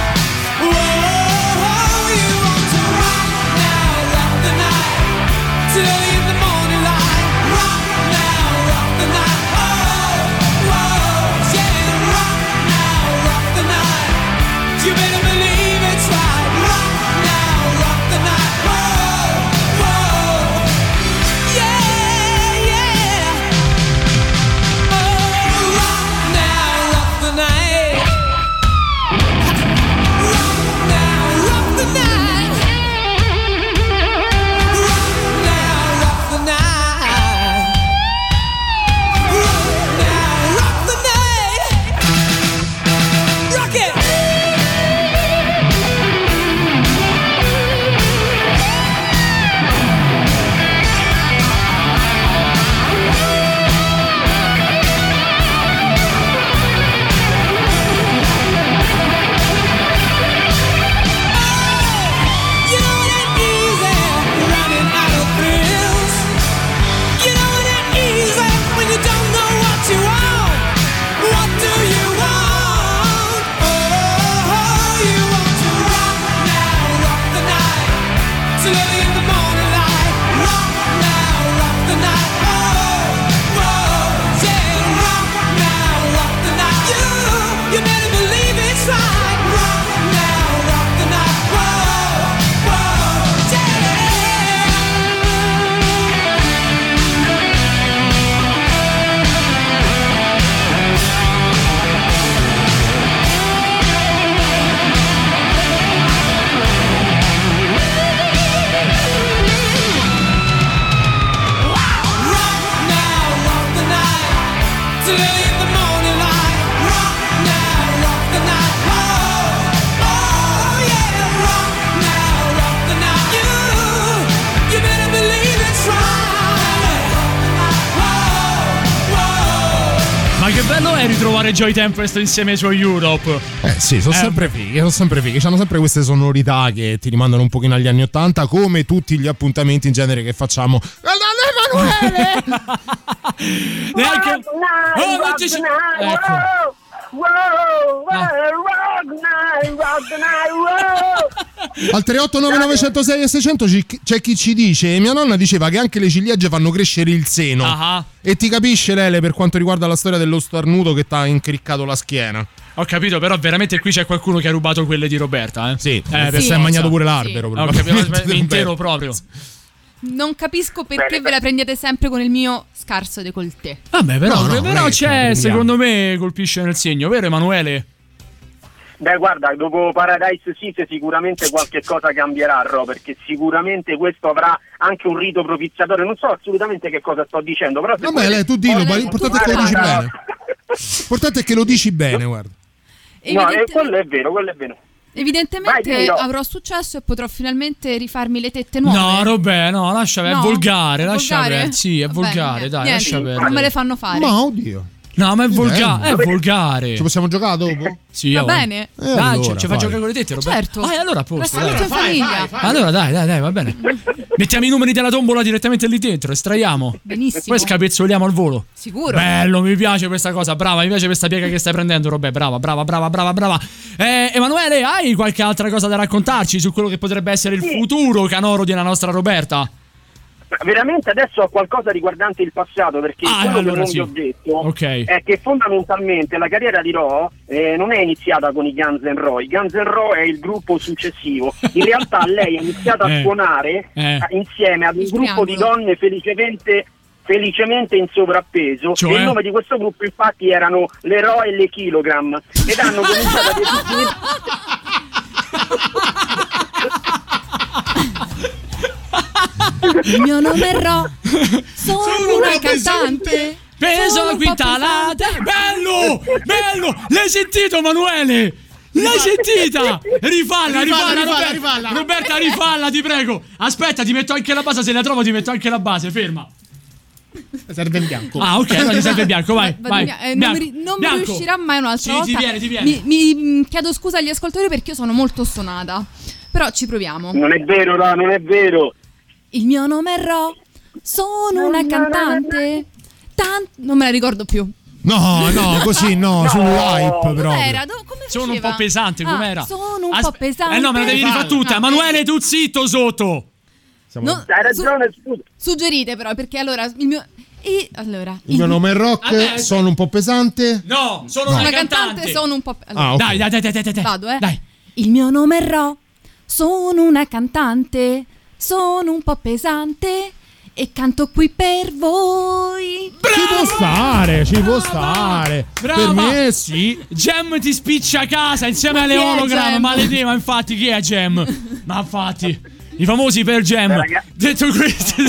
Whoa, you want to rock now, rock the night. Till early in the morning light. Rock now, rock the night. Oh, whoa, yeah, rock now, rock the night. è ritrovare Joy Tempest insieme ai suoi Europe? Sì, sono sempre fighi, C'hanno sempre queste sonorità che ti rimandano un pochino agli anni '80, come tutti gli appuntamenti in genere che facciamo. Emanuele! Neanche... non ti ci... Ecco. Al 389 106 e 600 c'è chi ci dice: mia nonna diceva che anche le ciliegie fanno crescere il seno. E ti capisce, Lele, per quanto riguarda la storia dello starnuto che t'ha incriccato la schiena. Ho capito, però veramente qui c'è qualcuno che ha rubato quelle di Roberta, Sì, si è mangiato pure l'albero. Ho capito, intero proprio. Non capisco perché ve la prendete sempre con il mio scarso décolleté. Vabbè, però c'è, secondo me colpisce nel segno, vero Emanuele? Beh, guarda, dopo Paradise City sicuramente qualche cosa cambierà, perché sicuramente questo avrà anche un rito propiziatorio. Non so assolutamente che cosa sto dicendo, però... Vabbè, lei, tu dillo, ma l'importante è che lo dici bene. L'importante è che lo dici bene, guarda. No, quello è vero. Evidentemente avrò successo e potrò finalmente rifarmi le tette nuove. No, Robè, no, lascia perdere, è volgare, lascia perdere. Sì, è volgare, dai, lascia perdere. Non me le fanno fare. Ma oddio. No, ma è volgare, è volgare. Ci possiamo giocare dopo? Sì, va bene. Dai, allora, ci fa giocare con le tette, Roberto. Certo. Allora a posto. Resta tutto in famiglia. Allora dai, va bene. Mettiamo i numeri della tombola direttamente lì dentro, estraiamo. Benissimo. Poi scapezzoliamo al volo. Sicuro. Bello, mi piace questa cosa. Brava, mi piace questa piega che stai prendendo, Robè. Brava. Emanuele, hai qualche altra cosa da raccontarci su quello che potrebbe essere il futuro canoro della nostra Roberta? Veramente adesso ho qualcosa riguardante il passato, perché quello che non vi ho detto è che fondamentalmente la carriera di Ro non è iniziata con i Guns N' Roses. I Guns N' Roses è il gruppo successivo. In realtà lei è iniziata a suonare insieme ad un gruppo di donne felicemente in sovrappeso, e il nome di questo gruppo infatti erano le Ro e le Kilogram, ed hanno cominciato ad esibire. Il mio nome è Ro, sono una cantante. Peso la quintalata. Bello! L'hai sentito, Emanuele? L'hai sentita? Rifalla. Roberta, rifalla, ti prego. Aspetta, ti metto anche la base, se la trovo ti metto anche la base, ferma. Serve in bianco. Ah, ok, no, ti serve in bianco, vai. Non mi riuscirà mai un'altra volta. Ti viene. Mi chiedo scusa agli ascoltatori perché io sono molto stonata. Però ci proviamo. Non è vero, Ro, non è vero. Il mio nome è Ro, sono una cantante. Non me la ricordo più. No, così no, sull'hype proprio. Come sono un po' pesante, com'era? Sono un po' pesante. No, me la devi rifare tutta. Emanuele, tu zitto sotto. Hai ragione, scusa. Suggerite però, perché allora il mio... il mio nome è Rock, sono un po' pesante. No, sono una cantante. Sono un po'... Okay. Dai. Vado, Dai. Il mio nome è Ro, sono una cantante, sono un po' pesante e canto qui per voi. Brava! Ci può stare. Brava. Per me sì. Gem ti spiccia a casa insieme alle hologram. Maledetto, ma infatti chi è Gem? Ma infatti i famosi per Gem. Detto questo,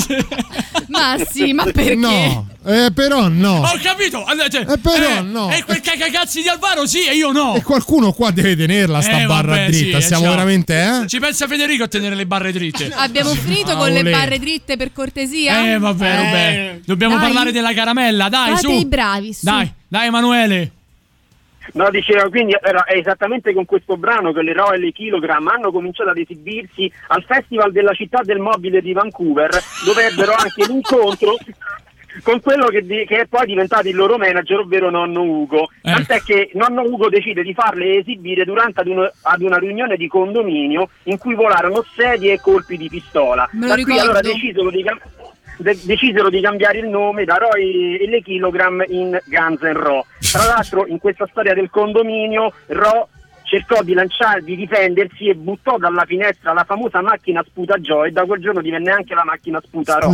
ma sì, ma perché? No, però no. Ho capito. Però no. E quel cagacazzi di Alvaro sì e io no. E qualcuno qua deve tenerla sta barra dritta. Siamo veramente, Ci pensa Federico a tenere le barre dritte. Abbiamo finito con le barre dritte, per cortesia. Vabbè. Dobbiamo parlare della caramella, dai. Fate i bravi, su. Dai Emanuele. No, dicevo, quindi è esattamente con questo brano che le Ro e le Kilogram hanno cominciato ad esibirsi al Festival della Città del Mobile di Vancouver, dove ebbero anche l'incontro con quello che è poi diventato il loro manager, ovvero Nonno Ugo. Tant'è che Nonno Ugo decide di farle esibire durante ad una riunione di condominio in cui volarono sedie e colpi di pistola. Da qui allora decisero di cambiare il nome da Roy e le Kilogram in Guns N' Roses. Tra l'altro in questa storia del condominio Ro cercò di difendersi e buttò dalla finestra la famosa macchina sputagiò, e da quel giorno divenne anche la macchina Sputaro.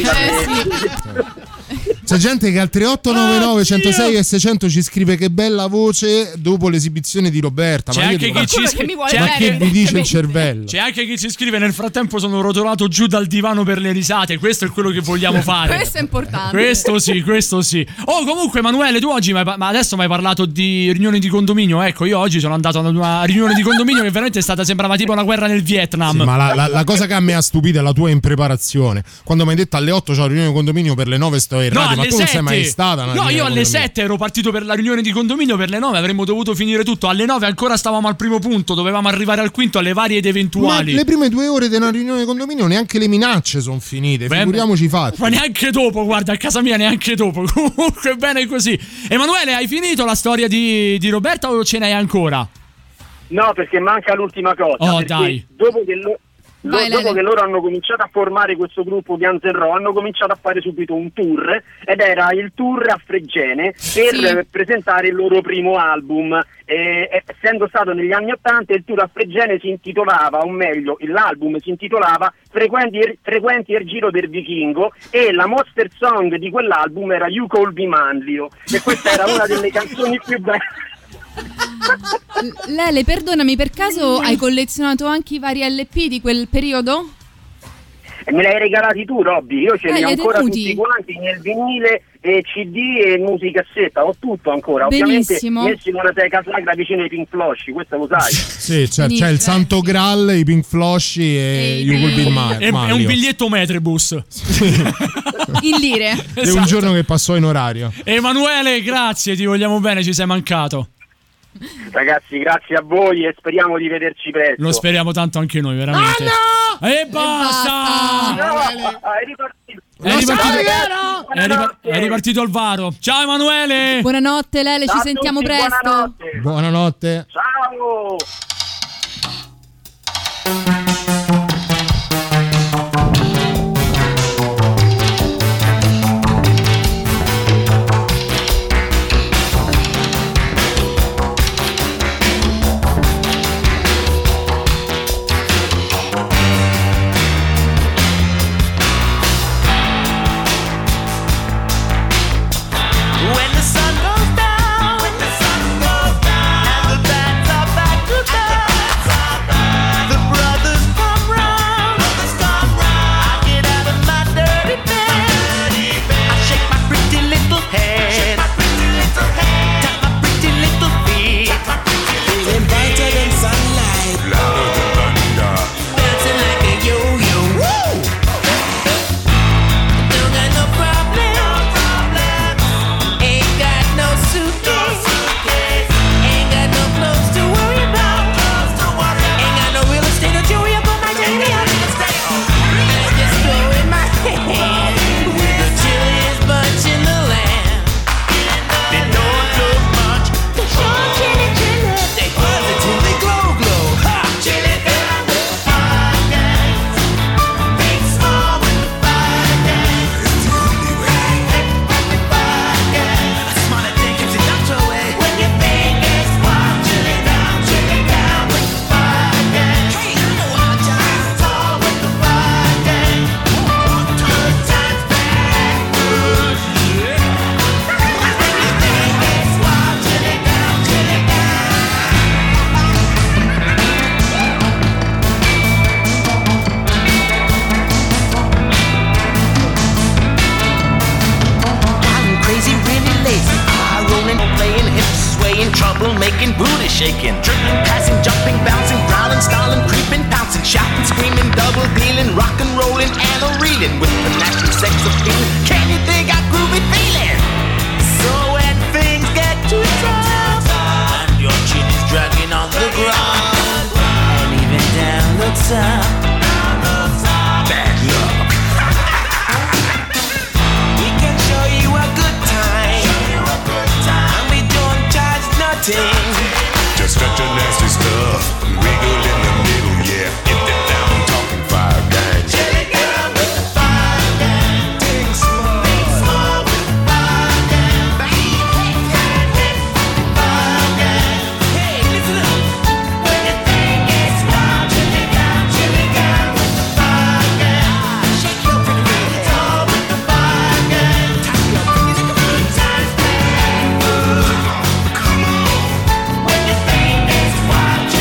C'è gente che al 3899 106 e 600 ci scrive che bella voce dopo l'esibizione di Roberta. C'è anche chi ci scrive, che vi dice il cervello. C'è anche chi ci scrive: nel frattempo sono rotolato giù dal divano per le risate. Questo è quello che vogliamo fare. Questo è importante. Questo sì. Oh, comunque Emanuele, tu oggi ma adesso mi hai parlato di riunioni di condominio. Ecco, io oggi sono andato ad una riunione di condominio che veramente sembrava tipo una guerra nel Vietnam. Sì, ma la cosa che a me ha stupito è la tua impreparazione. Quando mi hai detto alle 8 c'ho la riunione di condominio, per le 9 sto in radio. No, alle tu non 7. sei mai stata No, io alle 7 ero partito per la riunione di condominio, per le 9 avremmo dovuto finire tutto. Alle 9 ancora stavamo al primo punto, dovevamo arrivare al quinto alle varie ed eventuali. Ma le prime 2 ore della riunione di condominio neanche le minacce sono finite, figuriamoci i fatti. Ma neanche dopo, guarda, a casa mia neanche dopo. Comunque bene così. Emanuele, hai finito la storia di Roberta o ce n'hai ancora? No, perché manca l'ultima cosa. Oh, perché dai. Dopo che loro hanno cominciato a formare questo gruppo Guns N' Roses, hanno cominciato a fare subito un tour, ed era il tour a Fregene per presentare il loro primo album. Essendo stato negli anni '80, il tour a Fregene si intitolava, o meglio l'album si intitolava Frequenti il giro del vichingo, e la monster song di quell'album era You Call Me Manlio, e questa era una delle canzoni più belle. Lele, perdonami, per caso hai collezionato anche i vari LP di quel periodo? Me li hai regalati tu, Robby? Io ce li ho ancora tenuti tutti quanti nel vinile, CD e musicassetta, ho tutto ancora. Benissimo. Ovviamente messi in una teca sacra vicino ai Pink Floyd, questo lo sai. Sì, c'è il Santo Graal, i Pink Floyd e You Will Be Mine. È un biglietto Metribus. In lire. È un giorno che passò in orario. Emanuele, grazie, ti vogliamo bene, ci sei mancato. Ragazzi, grazie a voi e speriamo di vederci presto. Lo speriamo tanto anche noi, veramente. E basta! È ripartito il VAR. Ciao Emanuele! Buonanotte Lele, ci sentiamo presto. Buonanotte. Ciao! When the sun goes down, and the bands are back to dance, the brothers come round, I get out of my dirty bed, I shake my pretty little head, tap my pretty little feet, feeling brighter than sunlight, dancing like a yo-yo, woo! Don't got no problem. Ain't got no suitcase, ain't got no clothes to worry about, ain't got no real estate or jewelry up on my journey. I just throw in my hand with the chilliest bunch in the land. They don't look much, they sure chilly. They positively glow. Ha! Chilly down with the fire dance. Think small with the fire dance. It's the only way. Fire dance. Smile and think it's your way. When your fingers walk, chilly down with the fire dance. Hey, I know I'll just tall with the fire dance. Good times backwards. Yeah. When your fingers walk, chilly down. I'm crazy, really lazy. Eye rolling, playing, hips swaying, trouble making, booty shaking, tripping, passing, jumping, bouncing, growling, stalling, creeping, pouncing, shouting, screaming, double dealing, rock and rolling, and a reeling with the natural sex appeal. Can you dig out groovy feeling? So when things get too tough and your chin is dragging on the ground, and even down the top, bad luck. We can show you a good time, and we don't charge nothing. Just such a nasty stuff. Wiggle in the middle, yeah. If they're down, talking five gangs. Chilly down with the fire dance. Think small with the fire dance. Fire dance. Hey, listen up. When you think it's wild, chilly down with the fire dance. Shake your pretty head. Tall with the fire dance. Tap your fingers in the good times backwards. Come on. When you think it's wild,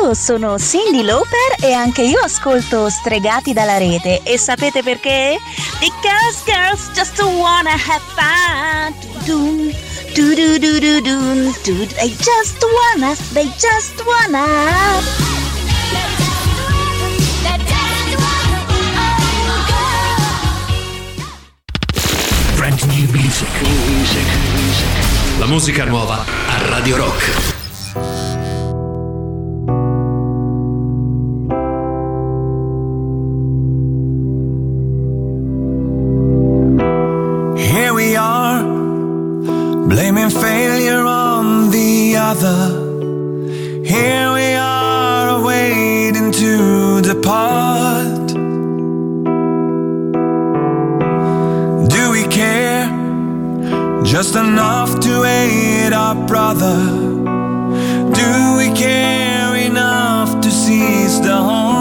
Ciao, sono Cyndi Lauper e anche io ascolto Stregati dalla rete. E sapete perché? Because girls just wanna have fun. They just wanna. Brand new music. La musica nuova a Radio Rock. Here we are, blaming failure on the other. Here we are, waiting to depart. Do we care just enough to aid our brother? Do we care enough to seize the home?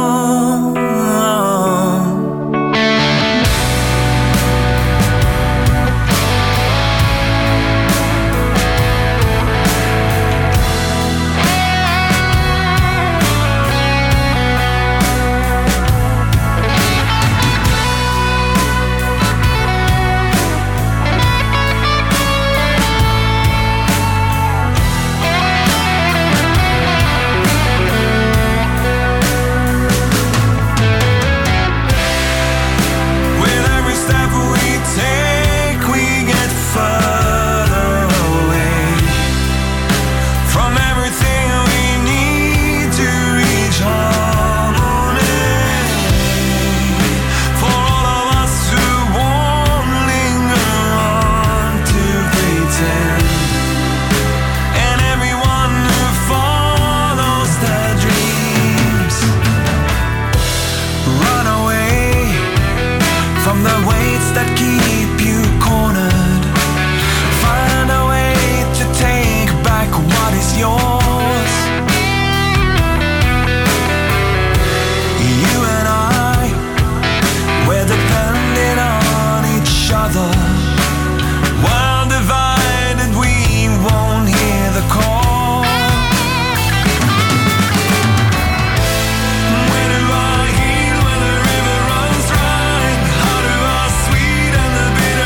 How do I sweeten the bitter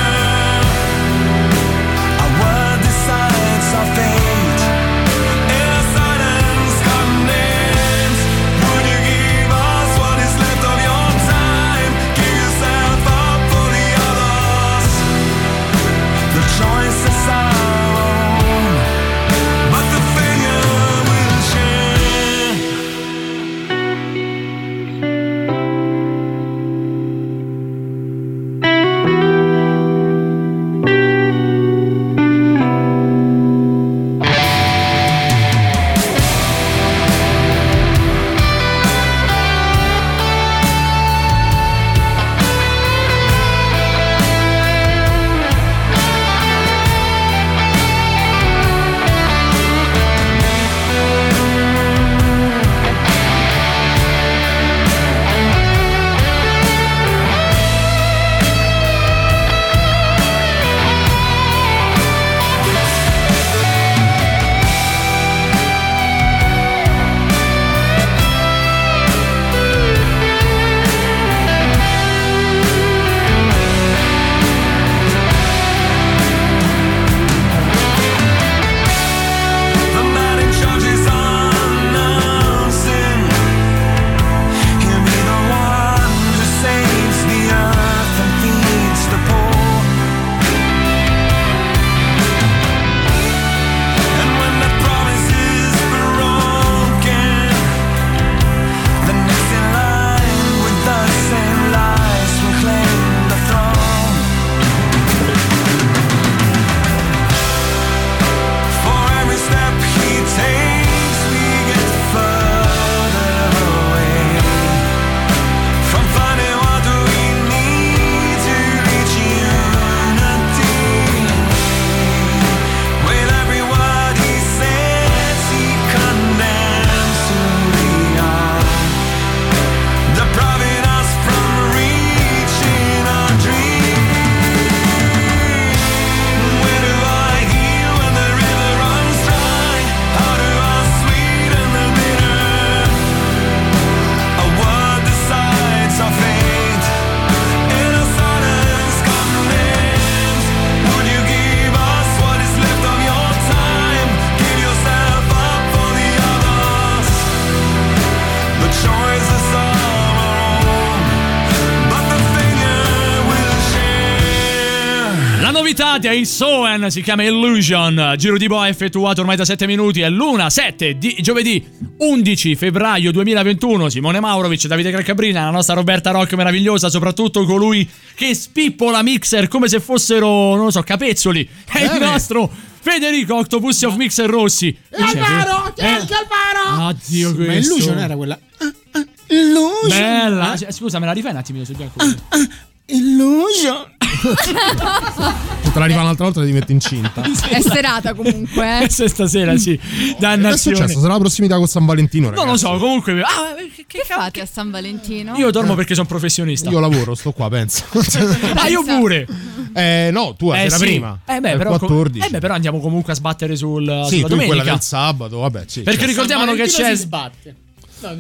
novità dei Soen, si chiama Illusion. Giro di boa effettuato ormai da 7 minuti. È l'1:07 di giovedì 11 febbraio 2021. Simone Maurovic, Davide Calcabrina, la nostra Roberta Rock meravigliosa, soprattutto colui che spippola mixer come se fossero, non lo so, capezzoli. È il nostro Federico Octopussy of Mixer Rossi. Alvaro, Alvaro. Oddio, Ma questo. Illusion era quella. Illusion. Bella. Scusa, me la rifai un attimino su bianco? Illusion. Se te la rifà un'altra volta ti metti incinta. È serata comunque. Questa stasera sì. Che è Dannazione. successo? Sarà la prossimità con San Valentino, ragazzi. Non lo so, comunque. Che fate a San Valentino? Io dormo perché sono professionista. Io lavoro, sto qua, penso. Io pure. No, tu la sera sì. prima. Però, 14. però andiamo comunque a sbattere sulla Sì, tu domenica. quella del sabato, vabbè, sì. Perché ricordiamolo che c'è. Si sbatte. No,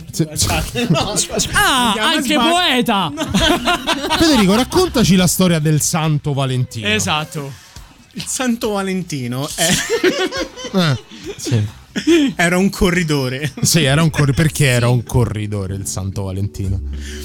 Anche poeta. Federico, raccontaci la storia del Santo Valentino. Esatto. Il Santo Valentino sì. Era un corridore. Sì, era un perché era un corridore il Santo Valentino?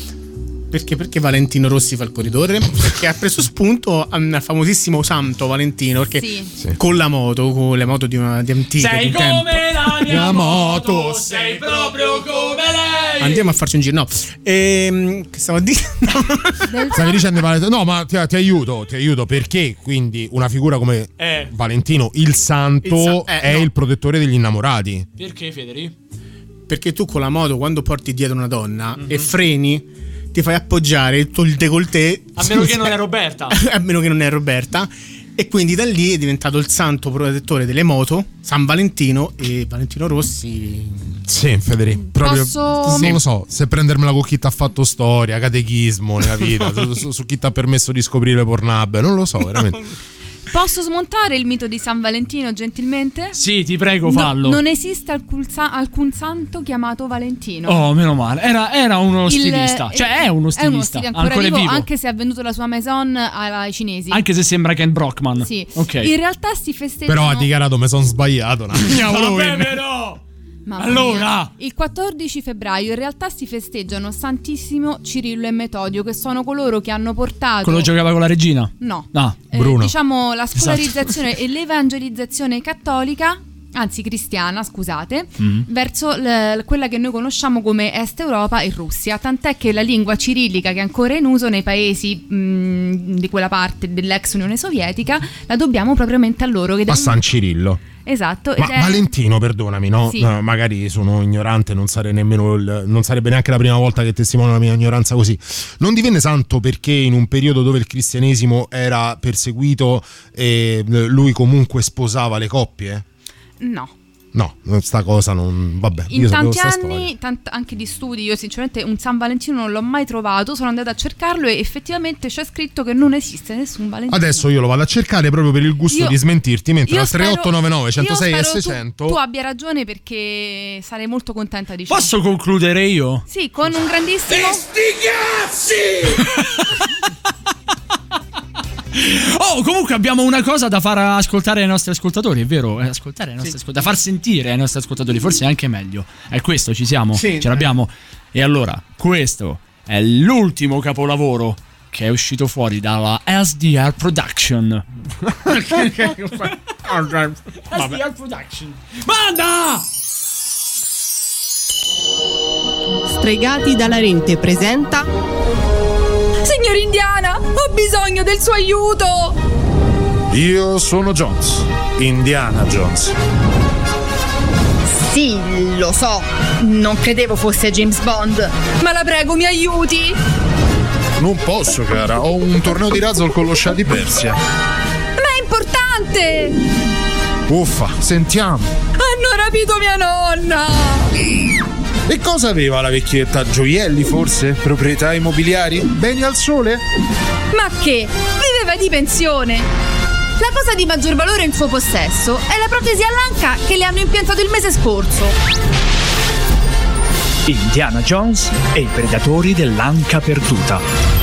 Perché Valentino Rossi fa il corridore? Perché ha preso spunto al famosissimo Santo Valentino. Perché con le moto di antica. Sei di come tempo. la mia moto, sei proprio come lei. Andiamo a farci un giro. No. Che stavo dicendo? Stavi dicendo Valentino? No, ma ti aiuto perché quindi una figura come Valentino il Santo è il protettore degli innamorati. Perché, Federico? Perché tu con la moto, quando porti dietro una donna e freni, ti fai appoggiare il décolleté. A meno che non è Roberta. A meno che non è Roberta. E quindi da lì è diventato il santo protettore delle moto, San Valentino, e Valentino Rossi. Sì, Federico, proprio non lo so se prendermela con chi ti ha fatto storia, catechismo nella vita, su chi ti ha permesso di scoprire Pornhub, non lo so veramente. Posso smontare il mito di San Valentino gentilmente? Sì, ti prego, fallo. Non esiste alcun santo chiamato Valentino. Oh, meno male. Era uno stilista. Cioè è uno stilista. È uno stilista ancora vivo, anche se ha venduto la sua maison ai cinesi. Anche se sembra Ken Brockman. Sì. Ok. In realtà si festeggiano. Però ha dichiarato mi sono sbagliato. Vabbè, però. Allora, il 14 febbraio in realtà si festeggiano Santissimo Cirillo e Metodio, che sono coloro che hanno portato. Quello giocava con la regina? No. Bruno. Diciamo la scolarizzazione e l'evangelizzazione cattolica, anzi cristiana, scusate, verso quella che noi conosciamo come Est Europa e Russia, tant'è che la lingua cirillica che è ancora in uso nei paesi di quella parte dell'ex Unione Sovietica la dobbiamo propriamente a loro. Che a San Cirillo. Esatto. Ma Valentino, perdonami, no? Sì. No, magari sono ignorante, non sarebbe neanche la prima volta che testimonio la mia ignoranza così. Non divenne santo perché in un periodo dove il cristianesimo era perseguito lui comunque sposava le coppie? No, sta cosa non. Vabbè. In tanti anni, anche di studi, io sinceramente un San Valentino non l'ho mai trovato. Sono andata a cercarlo e effettivamente c'è scritto che non esiste nessun Valentino. Adesso io lo vado a cercare proprio per il gusto di smentirti. Mentre al 3899 106 e 600 tu abbia ragione, perché sarei molto contenta di ciò. Posso concludere io? Sì, con un grandissimo. Sti cazzi! Oh, comunque abbiamo una cosa da far ascoltare ai nostri ascoltatori, è vero? Ascoltare ai nostri ascoltatori, da far sentire ai nostri ascoltatori, forse è anche meglio. È questo, ci siamo? Sì, ce l'abbiamo. E allora, questo è l'ultimo capolavoro che è uscito fuori dalla SDR Production. SDR Production. Banda! Stregati dalla Rete presenta Signor Indiana, ho bisogno del suo aiuto! Io sono Jones, Indiana Jones. Sì, lo so, non credevo fosse James Bond, ma la prego, mi aiuti! Non posso, cara, ho un torneo di razzle con lo Shah di Persia. Ma è importante! Uffa, sentiamo. Hanno rapito mia nonna! E cosa aveva la vecchietta? Gioielli forse? Proprietà immobiliari? Beni al sole? Ma che? Viveva di pensione! La cosa di maggior valore in suo possesso è la protesi all'anca che le hanno impiantato il mese scorso. Indiana Jones e i predatori dell'anca perduta.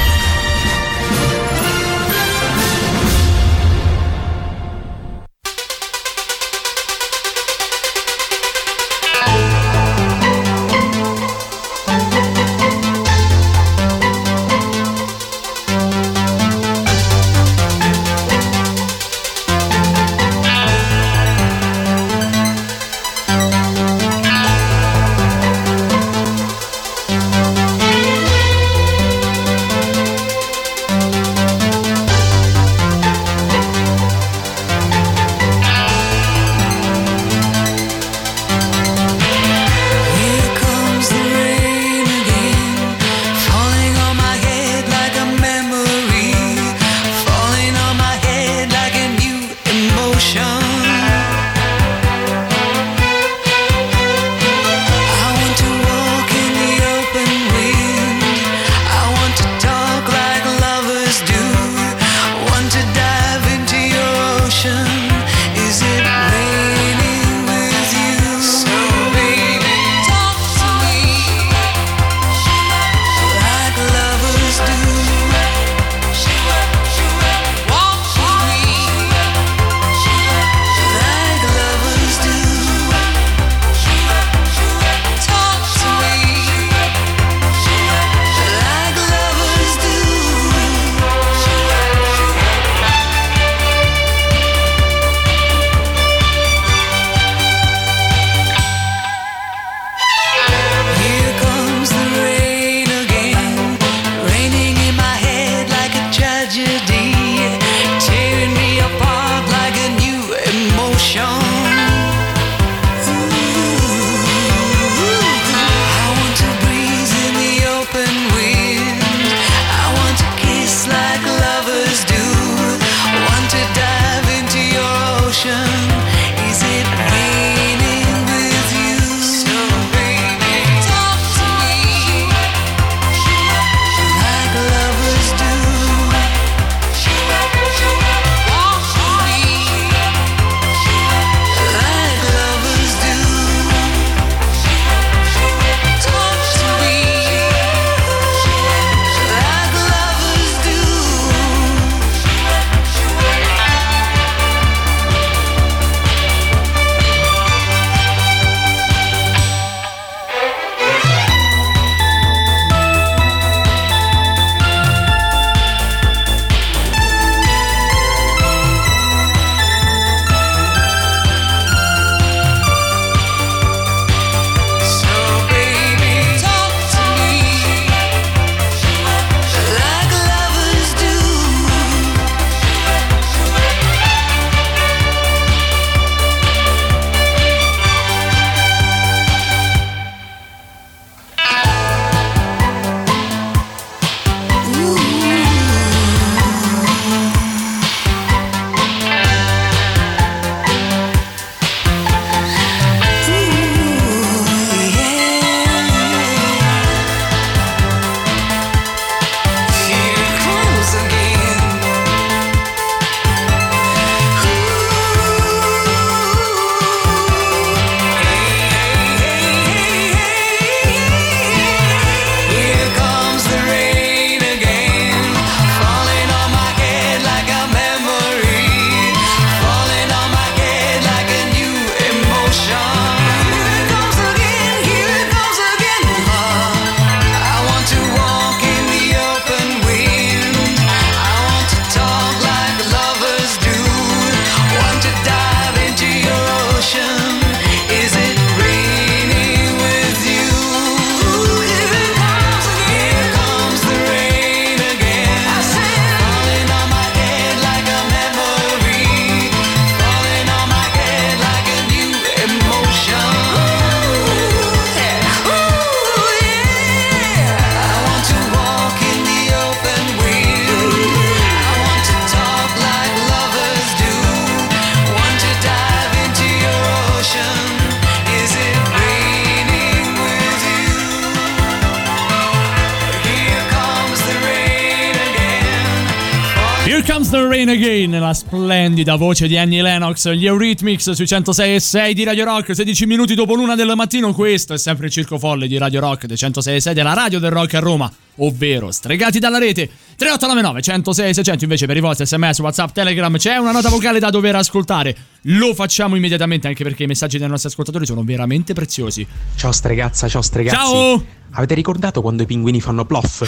Here Comes the Rain Again, la splendida voce di Annie Lennox, gli Eurythmics sui 106.6 di Radio Rock, 16 minuti dopo l'una del mattino. Questo è sempre il Circo Folle di Radio Rock, del 106.6 della Radio del Rock a Roma, ovvero Stregati dalla Rete. 3899 106 600 invece per i vostri SMS, WhatsApp, Telegram c'è una nota vocale da dover ascoltare. Lo facciamo immediatamente, anche perché i messaggi dei nostri ascoltatori sono veramente preziosi. Ciao stregazza, ciao stregazzi. Ciao! Avete ricordato quando i pinguini fanno plof?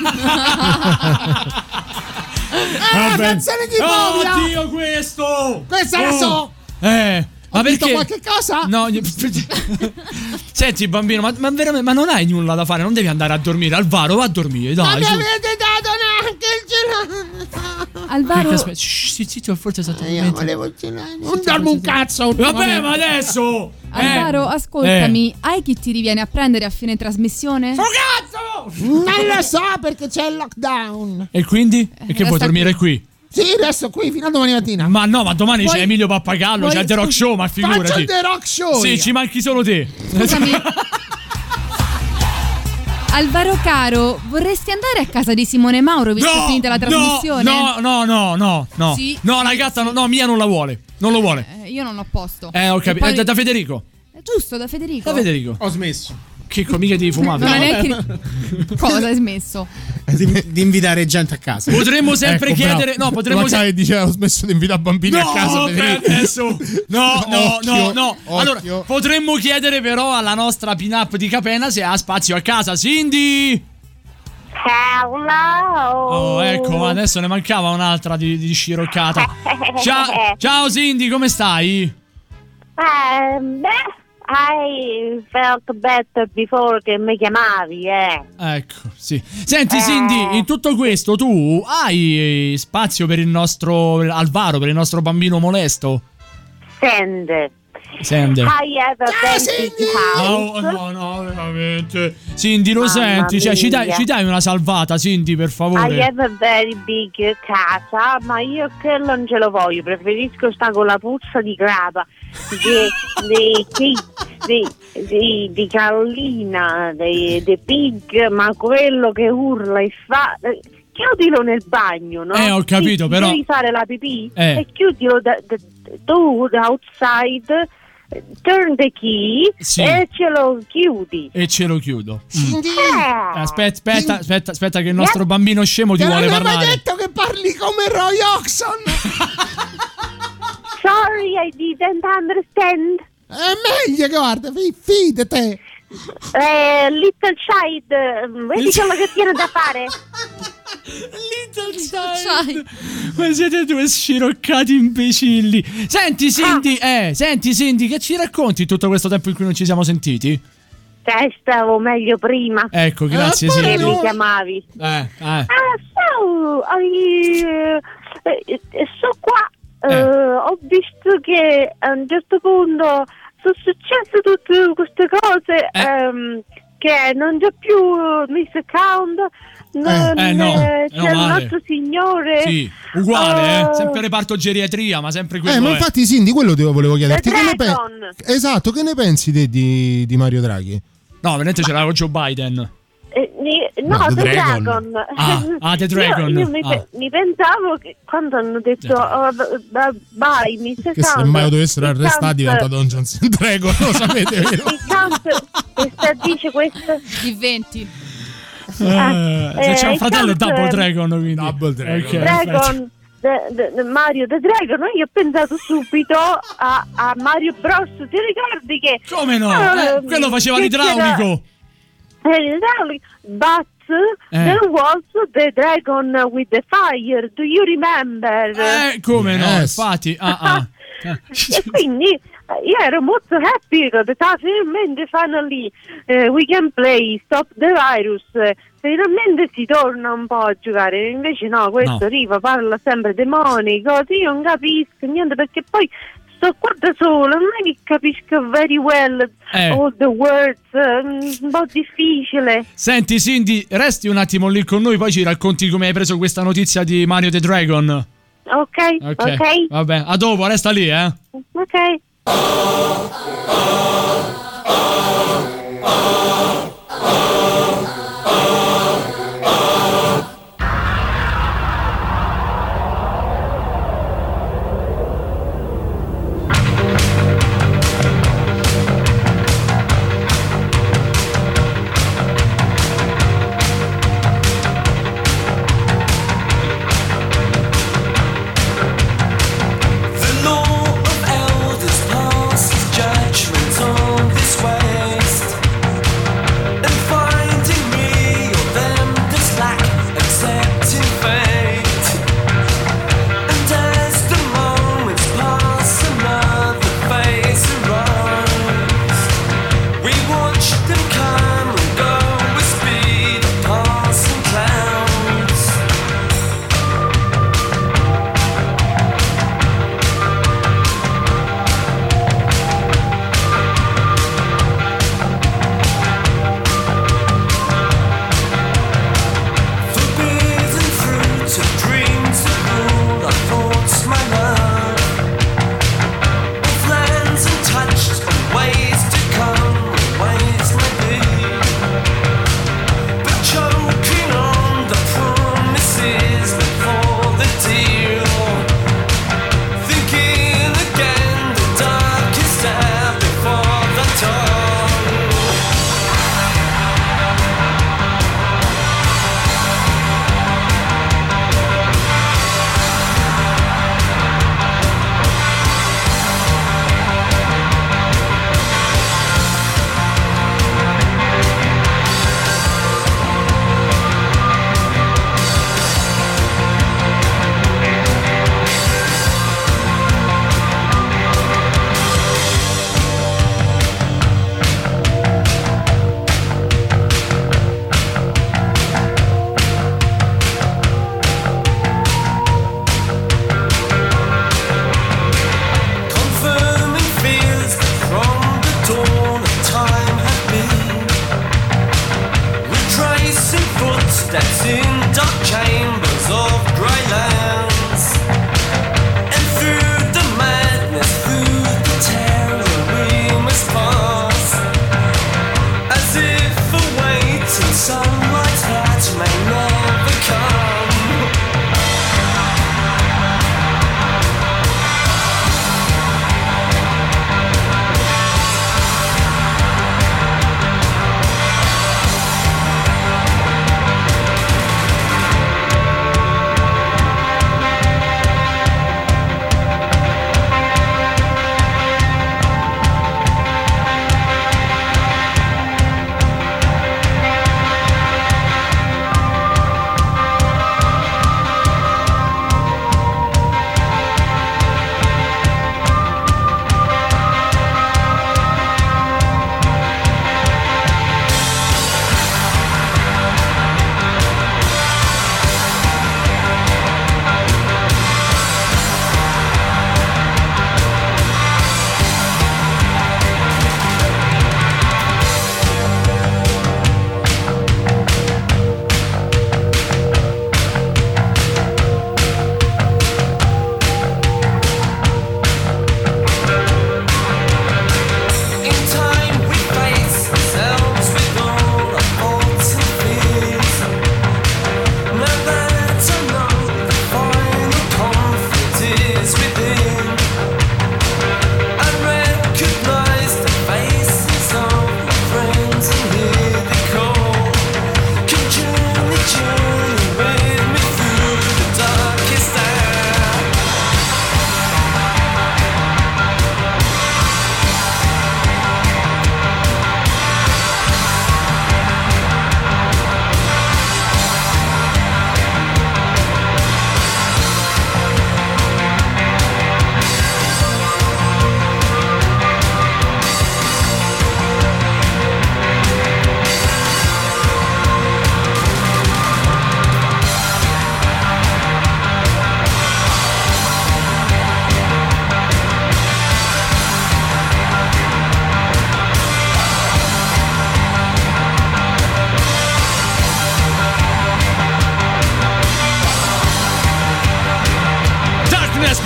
Canzone di Bobia! Oddio, questo! Questa la so! Ma Ho visto perché? qualche cosa? No, senti bambino, ma veramente, ma non hai nulla da fare, non devi andare a dormire. Alvaro, va a dormire, dai. Non mi su. avete dato neanche il gelato! Alvaro, Aspetta, zitto, forse esattamente. Io volevo il gelato. Non darmi un cazzo! Vabbè, ma adesso! Alvaro, ascoltami, hai chi ti riviene a prendere a fine trasmissione? Non lo so perché c'è il lockdown. E quindi? E che vuoi dormire qui? Sì, resto qui fino a domani mattina. Ma no, ma domani Poi- c'è Emilio Pappagallo, poi- c'è il The Rock Show, ma figurati. Faccio il The Rock Show Sì, io. ci manchi solo te. Scusami. Alvaro caro, vorresti andare a casa di Simone Mauro visto che è finita la trasmissione? No. Sì, No, la gatta no, Mia non la vuole. Non lo vuole. Io non ho posto. Ho capito. E poi- Da Federico. Giusto, da Federico. Da Federico. Ho smesso. Che mica devi fumare. Non hai neanche... Cosa hai smesso? Di invitare gente a casa. Potremmo sempre Ecco, chiedere. bravo. No, potremmo Come che diceva ho smesso di invitare bambini a casa. Federico. adesso. No. Occhio. Allora, potremmo chiedere però alla nostra pin-up di Capena se ha spazio a casa. Cindy! Hello. Oh, ecco, ma adesso ne mancava un'altra di sciroccata. Ciao Cindy, come stai? I felt better before che mi chiamavi, Ecco, sì. Senti Cindy, in tutto questo tu hai spazio per il nostro Alvaro, per il nostro bambino molesto? Sende. I have a very big house. No, veramente. Cindy, lo Mamma senti? Cioè, ci mia. dai una salvata, Cindy, per favore. I have a very big casa, ma io che non ce lo voglio, preferisco stare con la puzza di grapa di Carolina, di Pig, ma quello che urla e fa... Chiudilo nel bagno, no? Ho capito, Sì, però... devi fare la pipì Eh. e chiudilo tu outside, turn the key Sì. e ce lo chiudi. E ce lo chiudo. Eh. Aspetta che il nostro bambino scemo ti Te vuole non hai mai parlare. detto che parli come Roy Oxon? Sorry, I didn't understand. È meglio che guarda, fidate. Little child, vedi quello che tiene da fare? Little child. Ma siete due sciroccati imbecilli. Senti Cindy, che ci racconti tutto questo tempo in cui non ci siamo sentiti? Stavo meglio prima. Ecco, grazie Che Cindy. mi chiamavi. So qua ho visto che a un certo punto sono successe tutte queste cose che non c'è più Miss Count, c'è il nostro signore. Sì, uguale, sempre reparto geriatria, ma sempre quello. Ma infatti Cindy, quello te lo volevo chiederti. The Che ne Dragon. esatto, che ne pensi te di Mario Draghi? No, veramente c'era con Joe Biden. No, The The Dragon. Dragon. The Dragon. Io mi pensavo che quando hanno detto bye, Miss Che se mai dovessero arrestare diventa Dungeons and Dragons, lo sapete, vero? Il count dice questo Di 20. Se c'è un il fratello è count- Double Dragon, quindi. Double Dragon. Ok, aspetta. Dragon Mario The Dragon, io ho pensato subito a Mario Bros. Ti ricordi che Come no? Quello faceva che l'idraulico. But there was the dragon with the fire. Do you remember? Come no? Yes. Infatti. E quindi io ero molto happy che finalmente finally we can play Stop the Virus. Finalmente si torna un po' a giocare. Invece no, questo Riva parla sempre demoni, cose. Io non capisco niente perché poi sto qua da sola, non è che capisco very well all the words, un po' difficile. Senti Cindy, resti un attimo lì con noi, poi ci racconti come hai preso questa notizia di Mario the Dragon. Ok. Vabbè, a dopo, resta lì, Ok.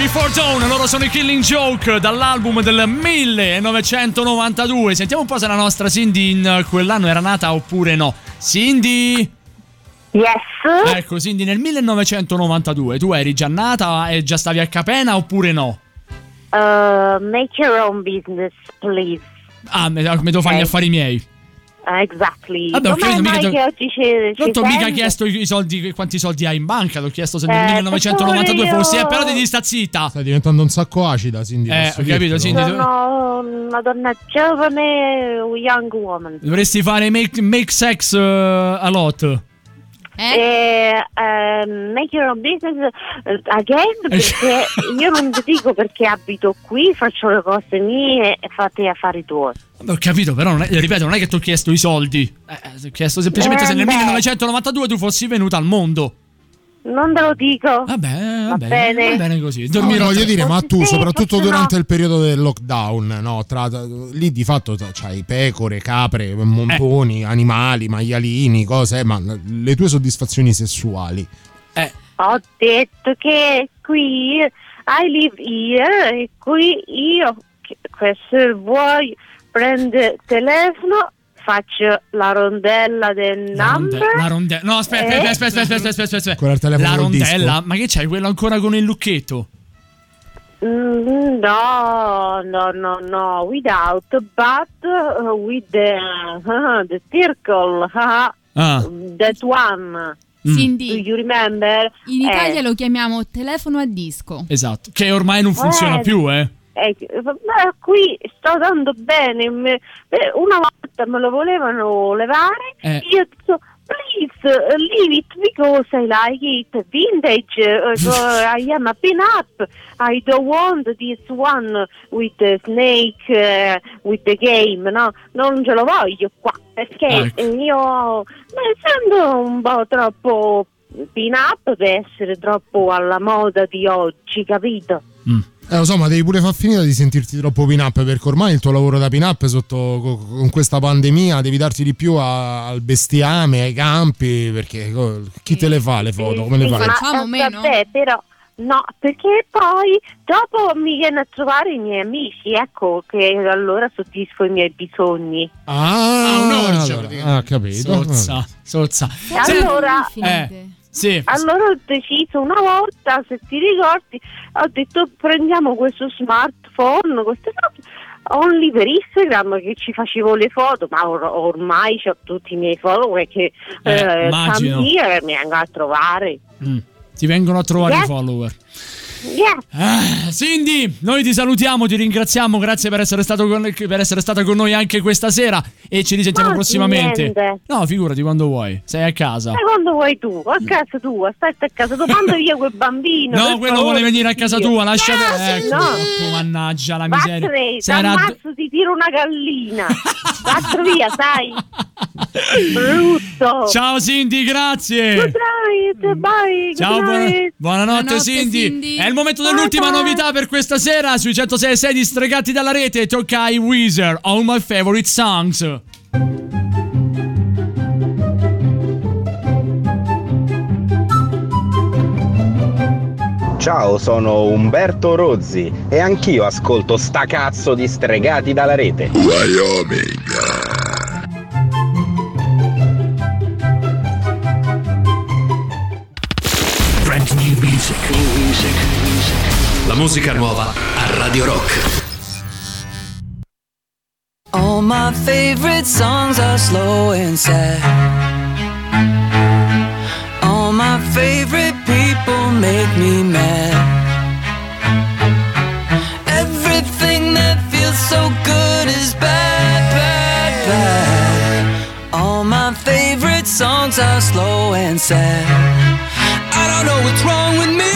Before Dawn, loro sono i Killing Joke dall'album del 1992. Sentiamo un po' se la nostra Cindy in quell'anno era nata oppure no. Cindy? Yes. Ecco, Cindy, nel 1992 tu eri già nata e già stavi a Capena oppure no? Make your own business, please. Ah, mi devo fare gli affari miei. Exactly. Vabbè, ho capito, mica che oggi non ti ho mica chiesto i soldi, quanti soldi hai in banca, ti ho chiesto se nel 1992 fossi, però devi sta zitta. Stai diventando un sacco acida, Cindy. Ho capito, Cindy. Sono una donna giovane, young woman. Dovresti fare make sex a lot. Make your own business again, perché io non ti dico perché abito qui, faccio le cose mie e fate gli affari tuoi. Ho capito, però ripeto, non è che ti ho chiesto i soldi, ti ho chiesto semplicemente se nel 1992 tu fossi venuta al mondo. Non te lo dico. Va bene così. Dormirò. Voglio dire, ma tu, soprattutto durante il periodo del lockdown, no? Lì di fatto c'hai pecore, capre, montoni, animali, maialini, cose, ma le tue soddisfazioni sessuali. Ho detto che qui I live here e qui io, se vuoi prende telefono, faccio la rondella del number. La rondella. No, aspetta. Quella al telefono la col rondella? disco. Ma che c'hai quello ancora con il lucchetto? No, without, but with the circle, that one. Cindy, do you remember? In Italia lo chiamiamo telefono a disco. Esatto, che ormai non funziona più, qui sto andando bene. Una volta me lo volevano levare. Io ho detto, please leave it because I like it vintage. I am a pin-up. I don't want this one with the snake, with the game. No, non ce lo voglio qua perché io essendo un po' troppo pin-up per essere troppo alla moda di oggi, capito? Lo so, ma devi pure far finita di sentirti troppo pin-up, perché ormai il tuo lavoro da pin-up con questa pandemia devi darti di più al bestiame, ai campi, perché chi te le fa le foto? Come le fai? Facciamo meno? Vabbè, però no, perché poi dopo mi viene a trovare i miei amici, ecco che allora soddisfo i miei bisogni. Capito. Sozza. Allora sì. Allora ho deciso una volta, se ti ricordi, ho detto prendiamo questo smartphone, queste cose, only per Instagram, che ci facevo le foto, ma ormai ho tutti i miei follower che Campia mi vengono a trovare. Ti vengono a trovare i follower. Cindy, noi ti salutiamo, ti ringraziamo, grazie per essere stata con noi anche questa sera e ci risentiamo prossimamente. Niente. No, figurati quando vuoi, sei a casa. Quando vuoi tu, a casa tua, stai a casa tua, mando via quel bambino. No, quello vuole venire a casa tua, lascia no. Mannaggia la miseria. T'ammazzo, ti tiro una gallina. Vado via, sai. Brutto. Ciao Cindy, grazie. Good night, bye. Ciao, buonanotte Cindy. È il momento dell'ultima novità per questa sera sui 106.6 di Stregati dalla Rete. Tocca ai Weezer, All My Favorite Songs. Ciao, sono Umberto Rozzi e anch'io ascolto sta cazzo di Stregati dalla Rete. Wyoming. Brand new music. La musica nuova a Radio Rock. All my favorite songs are slow and sad. All my favorite people make me mad. Everything that feels so good is bad, bad, bad. All my favorite songs are slow and sad. I don't know what's wrong with me.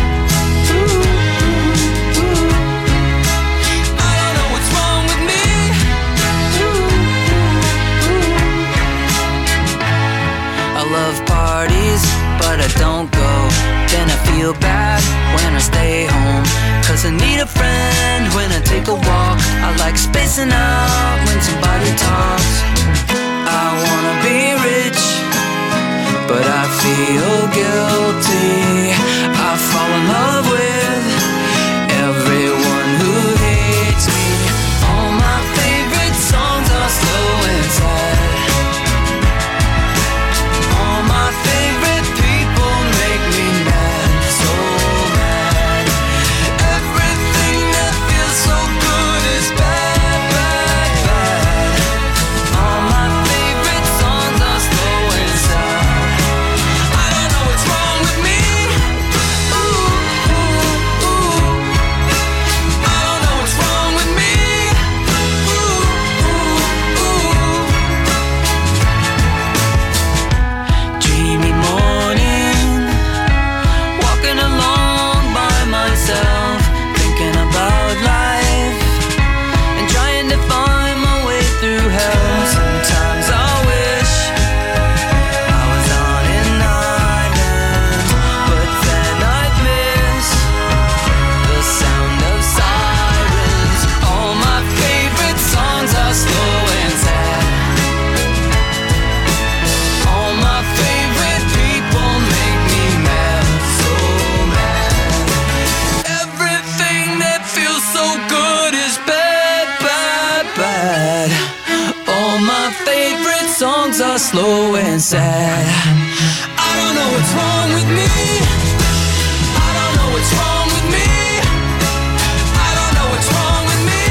But I don't go, then I feel bad when I stay home. Cause I need a friend when I take a walk. I like spacing out when somebody talks. I wanna be rich, but I feel guilty. I fall in love with just slow and sad. I don't know what's wrong with me. I don't know what's wrong with me. I don't know what's wrong with me.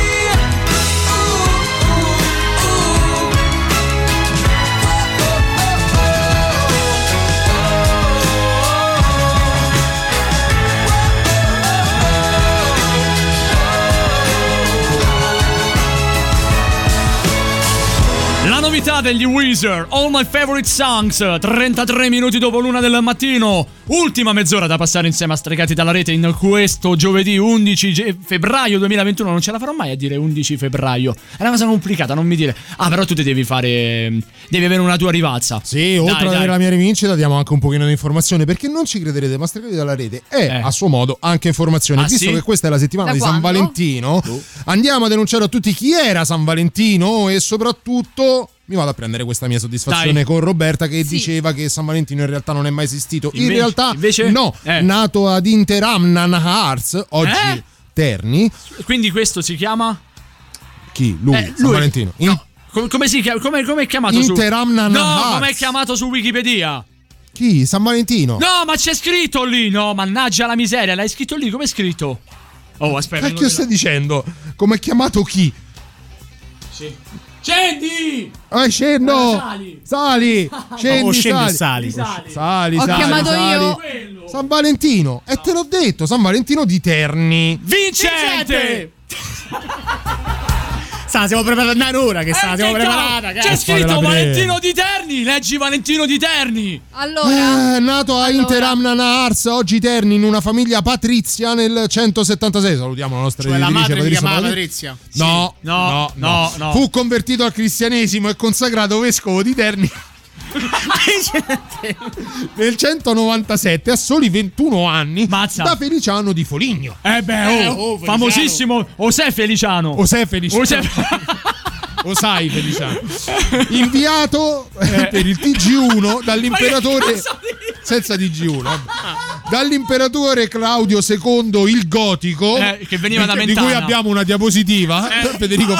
La novità degli Weezer, All My Favorite Songs, 33 minuti dopo l'una del mattino, ultima mezz'ora da passare insieme a Stregati dalla Rete in questo giovedì 11 febbraio 2021, non ce la farò mai a dire 11 febbraio, è una cosa complicata, non mi dire, però tu ti devi fare, devi avere una tua rivalsa. Sì, oltre ad avere la mia rivincita diamo anche un pochino di informazione, perché non ci crederete, ma Stregati dalla Rete è a suo modo anche informazione, visto che questa è la settimana di San Valentino, andiamo a denunciare a tutti chi era San Valentino e soprattutto mi vado a prendere questa mia soddisfazione con Roberta che diceva che San Valentino in realtà non è mai esistito. In realtà no, nato ad Interamnan Hearts, oggi Terni. Quindi questo si chiama? Chi? Lui, San Valentino. No. Come si chiama? Come è chiamato Interamnan Hearts. No, come è chiamato su Wikipedia? Chi? San Valentino? No, ma c'è scritto lì. No, mannaggia la miseria, l'hai scritto lì, come è scritto? Oh, aspetta. Che stai dicendo? Come è chiamato chi? Sì. Scendi! Scendo! Sali! Scendi, Sali. Ho chiamato io San Valentino. E te l'ho detto, San Valentino di Terni. Vincente! Stiamo preparando un'ora che stiamo preparata. C'è scritto Valentino di Terni. Leggi Valentino di Terni. Allora, nato a Interamnan Hearts, oggi Terni, in una famiglia patrizia nel 176. Salutiamo la nostra la editrice madre si chiamava Patrizia. No. Fu convertito al cristianesimo e consacrato vescovo di Terni nel 197 a soli 21 anni. Da Feliciano di Foligno. Famosissimo Osè Feliciano. Osai Feliciano, inviato per il TG1 dall'imperatore senza TG1 dall'imperatore Claudio II il Gotico, che veniva da Mentana, di cui abbiamo una diapositiva. Federico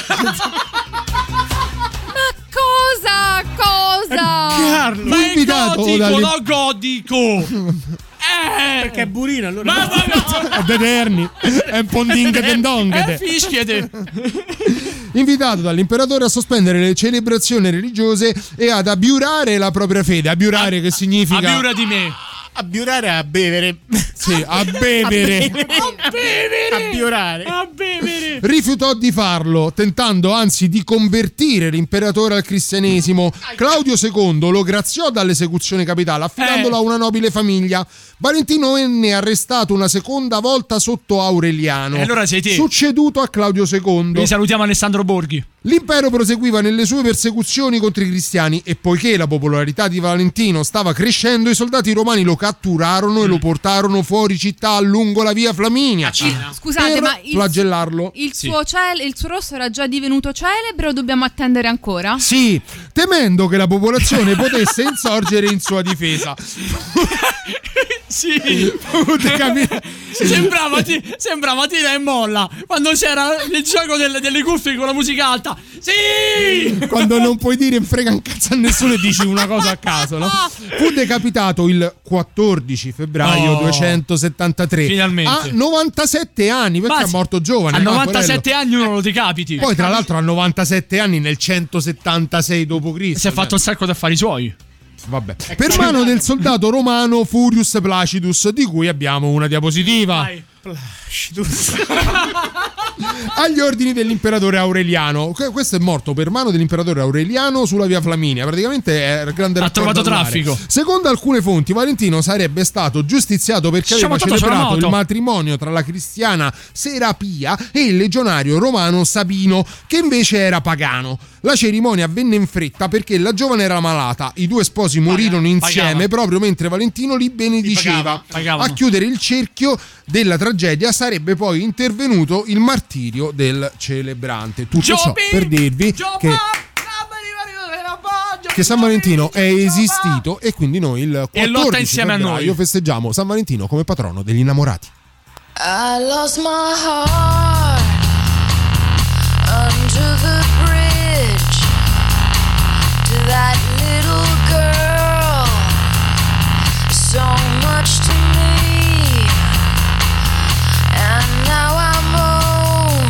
Cosa? Carlo, ma è gotico, no godico. Perché è burino allora. È de Terni, è un pondinghe tendonghe. Fischiete. Invitato dall'imperatore a sospendere le celebrazioni religiose e ad abiurare la propria fede. Abiurare che significa? Abiura di me. Abiurare a bevere. Sì, a bevere. Abiurare. A bevere. Rifiutò di farlo, tentando anzi di convertire l'imperatore al cristianesimo. Claudio II lo graziò dall'esecuzione capitale, affidandolo a una nobile famiglia. Valentino venne arrestato una seconda volta sotto Aureliano, allora sei te, succeduto a Claudio II. Quindi salutiamo Alessandro Borghi. L'impero proseguiva nelle sue persecuzioni contro i cristiani e poiché la popolarità di Valentino stava crescendo, i soldati romani lo catturarono e lo portarono fuori città lungo la via Flaminia. Scusate, ma flagellarlo. Il suo rosso era già divenuto celebre o dobbiamo attendere ancora? Sì, temendo che la popolazione potesse insorgere in sua difesa. Sì. Sembrava tira e molla quando c'era il gioco delle cuffie con la musica alta. Sì! Quando non puoi dire frega un cazzo a nessuno e dici una cosa a caso, no? Fu decapitato il 14 febbraio 273. Finalmente. A 97 anni, perché è morto giovane. A 97 anni uno lo decapiti. Poi tra l'altro a 97 anni nel 176 d.C. Si è fatto un sacco di affari suoi. Vabbè. Per mano del soldato romano Furius Placidus, di cui abbiamo una diapositiva. Vai. Placidus. Agli ordini dell'imperatore Aureliano. Questo è morto per mano dell'imperatore Aureliano sulla via Flaminia. Praticamente è il grande. Ha trovato traffico. Secondo alcune fonti, Valentino sarebbe stato giustiziato perché aveva celebrato il matrimonio tra la cristiana Serapia e il legionario romano Sabino, che invece era pagano. La cerimonia avvenne in fretta perché la giovane era malata. I due sposi morirono insieme proprio mentre Valentino li benediceva. A chiudere il cerchio della tragedia sarebbe poi intervenuto il martirio del celebrante. Tutto ciò per dirvi che San Valentino è esistito e quindi noi il 14 febbraio festeggiamo San Valentino come patrono degli innamorati. I lost my heart under the bridge to that so much to me, and now I moan,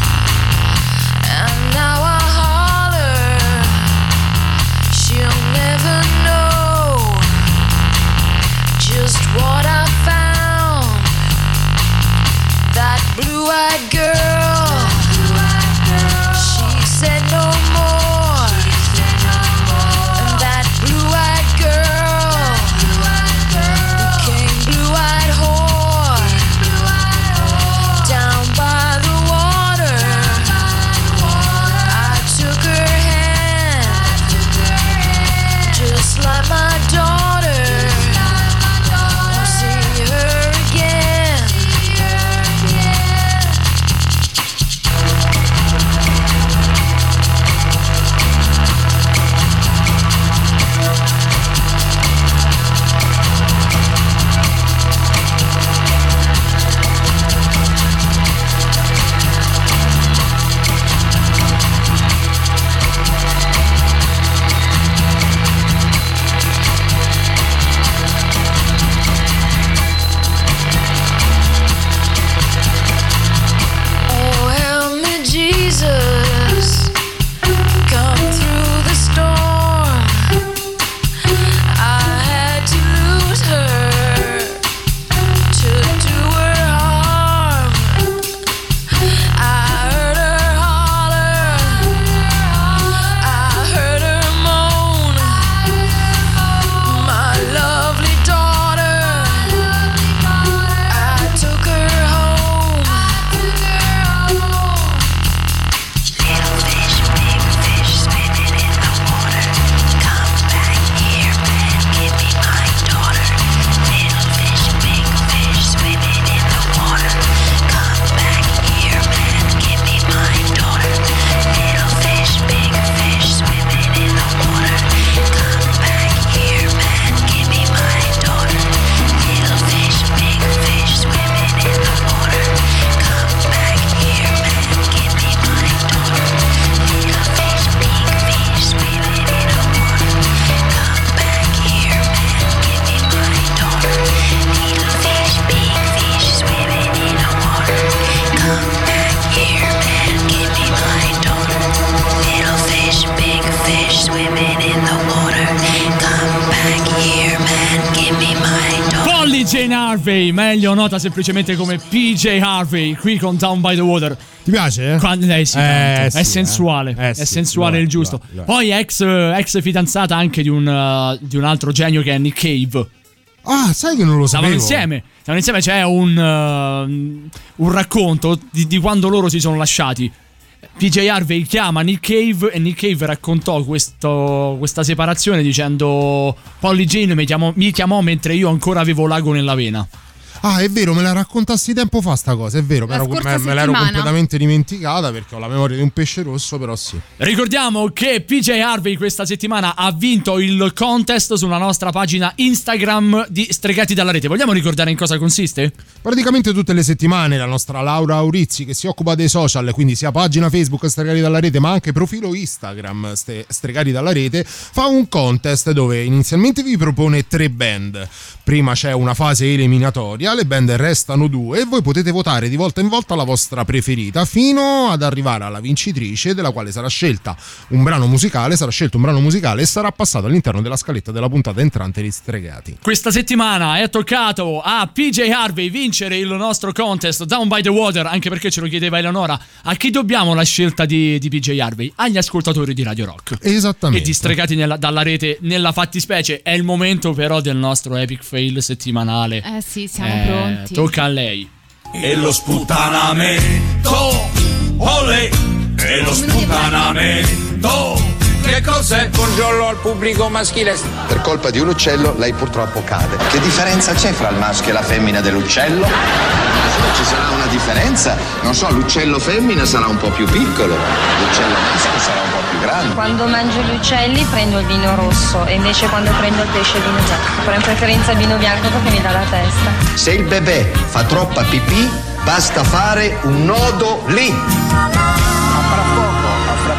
and now I holler. She'll never know just what I found. That blue-eyed girl, she said no more. And that blue-eyed girl became blue-eyed whore. Down by the water, I took her hand, just like my daughter. I'll see her again. Oh, help me, Jesus, come through the storm. I had to lose her to do her harm. I heard her holler, I heard her moan. My lovely daughter, I took her home. Little fish, big fish, swimming in the water. Come back here, man, give me my daughter. Little fish, big fish, swimming in the water. Come back here, man, give me my daughter. Little fish, big fish, swimming in the water. Come back here, man, give me my daughter. Little fish, big fish, swimming in the water. Come back here, man, give me my daughter. Little fish, big fish, swimming in the water. Come back here, man, give me my daughter. Little fish, big fish, swimming in the water. Come back here, man, give me my daughter. Little fish, big fish, swimming in the water. Come back here, man, give me my daughter. Polly Jane Harvey, meglio nota semplicemente come PJ Harvey, qui con Down by the Water. Ti piace? Sì, tanto. È sì, sensuale, è è sensuale lo il giusto. lo è. Poi ex fidanzata anche di un altro genio che è Nick Cave. Ah, sai che non lo sapevo. Stavano insieme, c'è un racconto di quando loro si sono lasciati. PJ Harvey chiama Nick Cave e Nick Cave raccontò questa separazione dicendo: Polly Jane mi chiamò mentre io ancora avevo l'ago nella vena. Ah, è vero, me la raccontassi tempo fa sta cosa, è vero, La scorsa me l'ero settimana. completamente dimenticata perché ho la memoria di un pesce rosso, però sì. Ricordiamo che PJ Harvey questa settimana ha vinto il contest sulla nostra pagina Instagram di Stregati dalla Rete. Vogliamo ricordare in cosa consiste? Praticamente tutte le settimane la nostra Laura Aurizzi, che si occupa dei social, quindi sia pagina Facebook Stregati dalla Rete ma anche profilo Instagram Stregati dalla Rete, fa un contest dove inizialmente vi propone 3 band. Prima c'è una fase eliminatoria, le band restano 2 e voi potete votare di volta in volta la vostra preferita fino ad arrivare alla vincitrice, della quale sarà scelto un brano musicale e sarà passato all'interno della scaletta della puntata entrante di Stregati. Questa settimana è toccato a PJ Harvey vincere il nostro contest Down by the Water, anche perché ce lo chiedeva Eleonora. A chi dobbiamo la scelta di PJ Harvey? Agli ascoltatori di Radio Rock. Esattamente. E di Stregati dalla Rete nella fattispecie. È il momento però del nostro epic fail settimanale. Sì, siamo pronti. Tocca a lei. E lo sputtanamento, olè, e lo sputtanamento. Che cos'è? Buongiorno al pubblico maschile. Per colpa di un uccello lei purtroppo cade. Che differenza c'è fra il maschio e la femmina dell'uccello? Ci sarà una differenza? Non so, l'uccello femmina sarà un po' più piccolo, l'uccello maschio sarà un po' più grande. Quando mangio gli uccelli prendo il vino rosso e invece quando prendo il pesce il vino bianco. Però in preferenza il vino bianco perché mi dà la testa. Se il bebè fa troppa pipì, basta fare un nodo lì. A fra poco,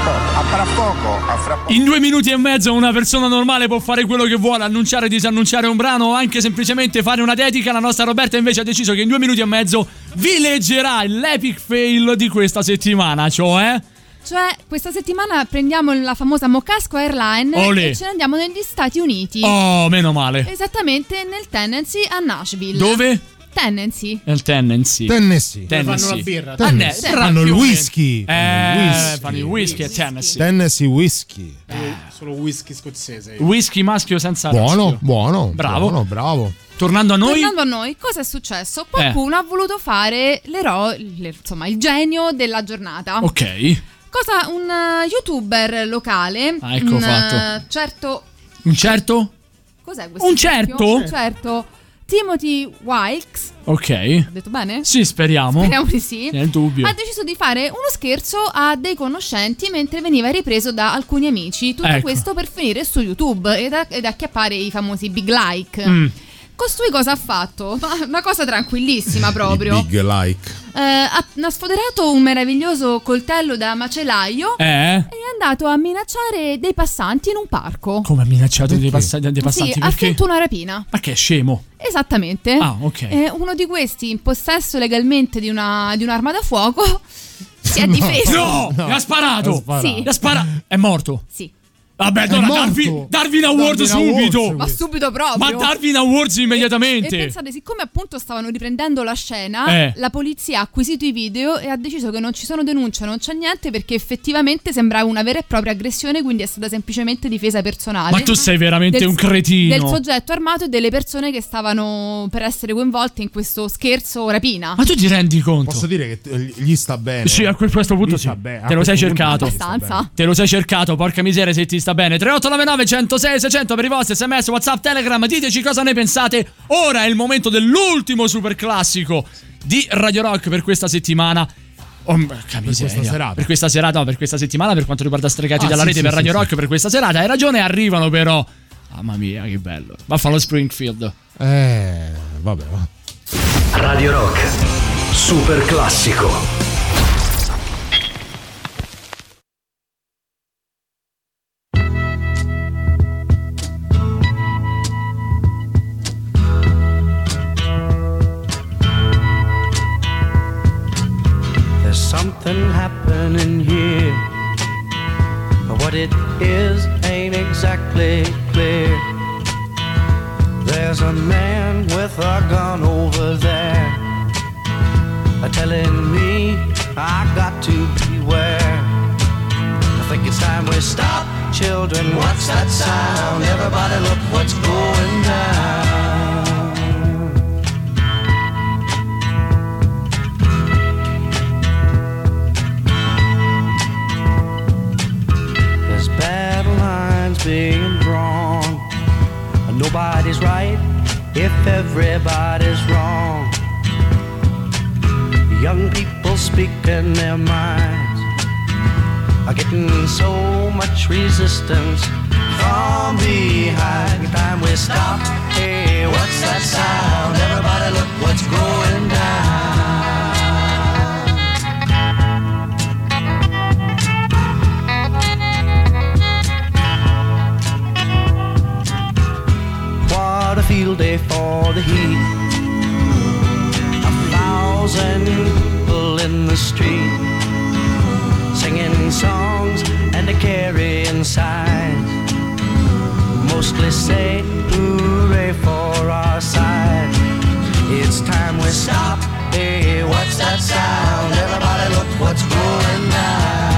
fra poco. In 2 minuti e mezzo una persona normale può fare quello che vuole, annunciare, disannunciare un brano o anche semplicemente fare una dedica. La nostra Roberta invece ha deciso che in 2 minuti e mezzo vi leggerà l'epic fail di questa settimana, cioè questa settimana prendiamo la famosa Mocasco Airline Olè. e ce ne andiamo negli Stati Uniti. Oh, meno male. Esattamente nel Tennessee a Nashville. Dove? Tennessee. Nel Tennessee. Fanno la birra. Fanno il whisky. Fanno il whisky a Tennessee. Tennessee whisky. Solo whisky scozzese. Whisky maschio senza Buono, rischio. buono. Bravo. Buono, bravo. Tornando a noi, cosa è successo? Qualcuno ha voluto fare insomma, il genio della giornata. Ok. Un youtuber locale. Ecco fatto. Certo. Un certo? Cos'è questo? Un certo? Un certo. Timothy Wilkes. Ok. Ho detto bene? Sì, speriamo. Speriamo di sì. Nel dubbio. Ha deciso di fare uno scherzo a dei conoscenti mentre veniva ripreso da alcuni amici. Tutto questo per finire su YouTube ed acchiappare i famosi big like. Costui cosa ha fatto? Una cosa tranquillissima proprio. Big like. Ha sfoderato un meraviglioso coltello da macellaio e è andato a minacciare dei passanti in un parco. Come ha minacciato dei passanti? Sì, ha finto una rapina. Ma che è scemo? Esattamente. Ah, ok. Uno di questi, in possesso legalmente di un'arma da fuoco, si è difeso. No! Gli ha sparato! Sì. Gli ha sparato! È morto? Sì. Vabbè, allora Darwin Award subito! Ma subito proprio! Ma Darwin Awards immediatamente! E pensate, siccome appunto stavano riprendendo la scena, la polizia ha acquisito i video e ha deciso che non ci sono denunce, non c'è niente, perché effettivamente sembrava una vera e propria aggressione, quindi è stata semplicemente difesa personale. Ma tu sei veramente un cretino! Del soggetto armato e delle persone che stavano per essere coinvolte in questo scherzo o rapina. Ma tu ti rendi conto? Posso dire che gli sta bene? Sì, a questo punto sì. Te lo sei cercato. Abbastanza. Te lo sei cercato, porca miseria, se ti sta bene. 3899 106 600 per i vostri SMS, WhatsApp, Telegram. Diteci cosa ne pensate. Ora è il momento dell'ultimo super classico di Radio Rock per questa settimana. Per questa serata, no, per questa settimana, per quanto riguarda Stregati dalla rete, per Radio Rock per questa serata. Hai ragione, arrivano però. Mamma mia, che bello. Buffalo Springfield. Vabbè, va. Radio Rock super classico. Something happening here, but what it is ain't exactly clear. There's a man with a gun over there, telling me I got to beware. I think it's time we stop, children. What's that sound? Everybody look what's going down. Battle lines being drawn. Nobody's right if everybody's wrong. Young people speaking their minds are getting so much resistance from behind. Time we stop. Hey, what's that sound? Everybody look what's going down. What a field day for the heat. 1,000 people in the street, singing songs and carrying signs. Mostly say hooray for our side. It's time we stop. Hey, what's that sound? Everybody look what's going down.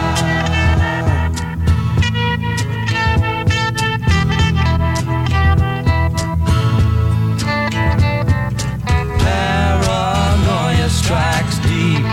Strikes deep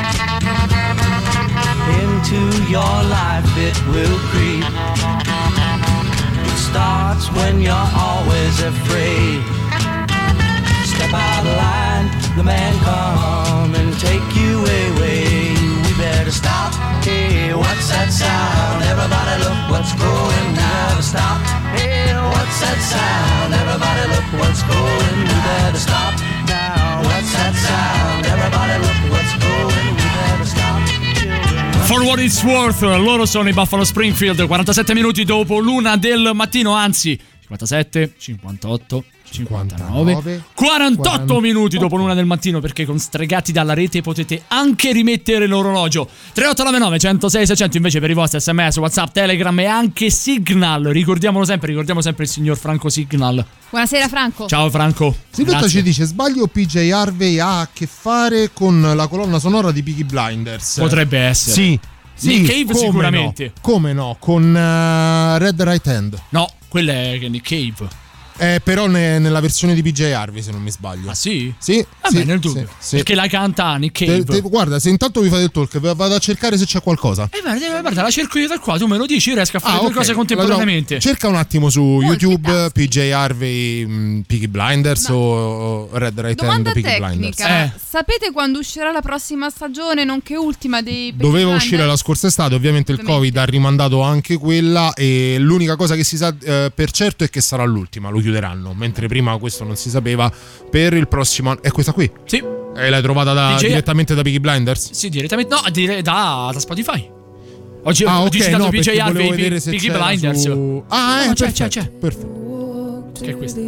into your life, it will creep. It starts when you're always afraid. Step out of line, the man come and take you away. We better stop. Hey, what's that sound? Everybody look what's going down. Stop. Hey, what's that sound? Everybody look what's going. We better stop now. What's that sound? Everybody look what's going. We better stop. For What It's Worth. Loro sono i Buffalo Springfield. 47 minuti dopo l'una del mattino, anzi 57, 58, 59, 48 minuti dopo l'una del mattino, perché con Stregati dalla Rete potete anche rimettere l'orologio. 3899 106 600 invece per i vostri SMS, WhatsApp, Telegram e anche Signal. Ricordiamo sempre il signor Franco Signal. Buonasera Franco. Ciao Franco. Sintotto ci dice: sbaglio, PJ Harvey ha a che fare con la colonna sonora di Peaky Blinders? Potrebbe essere. Sì. Nick Cave sicuramente. No. Come no? Con Red Right Hand. No, quella è Nick Cave. Però nella versione di PJ Harvey, se non mi sbaglio. Ah sì? Sì. Vabbè, nel dubbio. Sì. Perché la canta Nick Cave. Guarda, se intanto vi fate il talk, vado a cercare se c'è qualcosa. Guarda, la cerco io da qua, tu me lo dici, io riesco a fare due cose contemporaneamente. Cerca un attimo su YouTube PJ Harvey Peaky Blinders o Red Right Hand Peaky Blinders. Sapete quando uscirà la prossima stagione, nonché ultima dei Peaky Doveva Blinders? uscire la scorsa estate, ovviamente il Covid ha rimandato anche quella, e l'unica cosa che si sa per certo è che sarà l'ultima, lo chiuderanno, mentre prima questo non si sapeva. Per il prossimo anno è questa qui? Sì. E l'hai trovata direttamente da Peaky Blinders? Sì, direttamente. No, da Spotify. Oggi ho citato PJ Harvey, Peaky Blinders. C'è. Perfetto. Che è questo?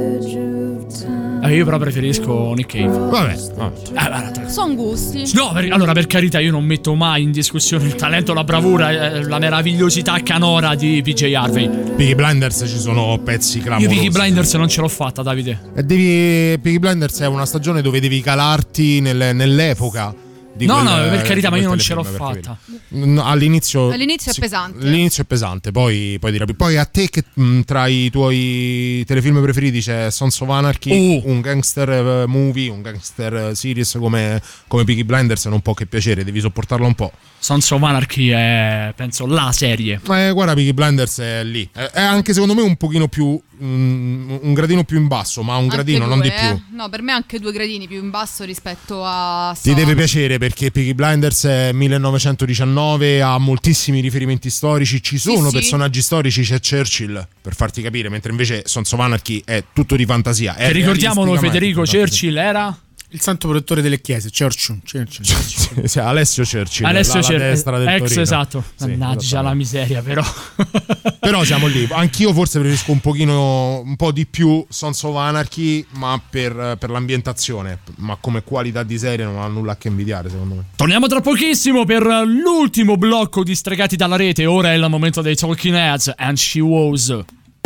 Io però preferisco Nick Cave. Vabbè. Sono gusti. No, allora, per carità, io non metto mai in discussione il talento, la bravura, la meravigliosità canora di PJ Harvey. Peaky Blinders ci sono pezzi clamorosi. Io Peaky Blinders non ce l'ho fatta, Davide. Peaky Blinders è una stagione dove devi calarti nell'epoca. No, per carità, ma io non ce l'ho fatta. All'inizio è pesante. All'inizio è pesante, poi direi. Poi a te, che tra i tuoi telefilm preferiti c'è Sons of Anarchy, un gangster movie, un gangster series come Peaky Blinders, non può che piacere, devi sopportarlo un po'. Sons of Anarchy è, penso, la serie. Guarda, Peaky Blinders è lì. È anche secondo me un pochino più un gradino più in basso, ma un gradino, non di più. No, per me anche 2 gradini più in basso rispetto a Ti deve piacere, perché Peaky Blinders è 1919, ha moltissimi riferimenti storici, ci sono personaggi storici, c'è Churchill, per farti capire, mentre invece Sons of Anarchy è tutto di fantasia. Che ricordiamolo, Federico, Churchill era il santo protettore delle chiese, Churchill. Sì, Alessio Churchill, Alessio la destra del Torino. Esatto. Mannaggia la miseria, però. Però siamo lì. Anch'io forse preferisco un po' di più Sons of Anarchy, ma per l'ambientazione, ma come qualità di serie non ha nulla a che invidiare, secondo me. Torniamo tra pochissimo per l'ultimo blocco di Stregati dalla Rete. Ora è il momento dei Talking Heads, And She Was.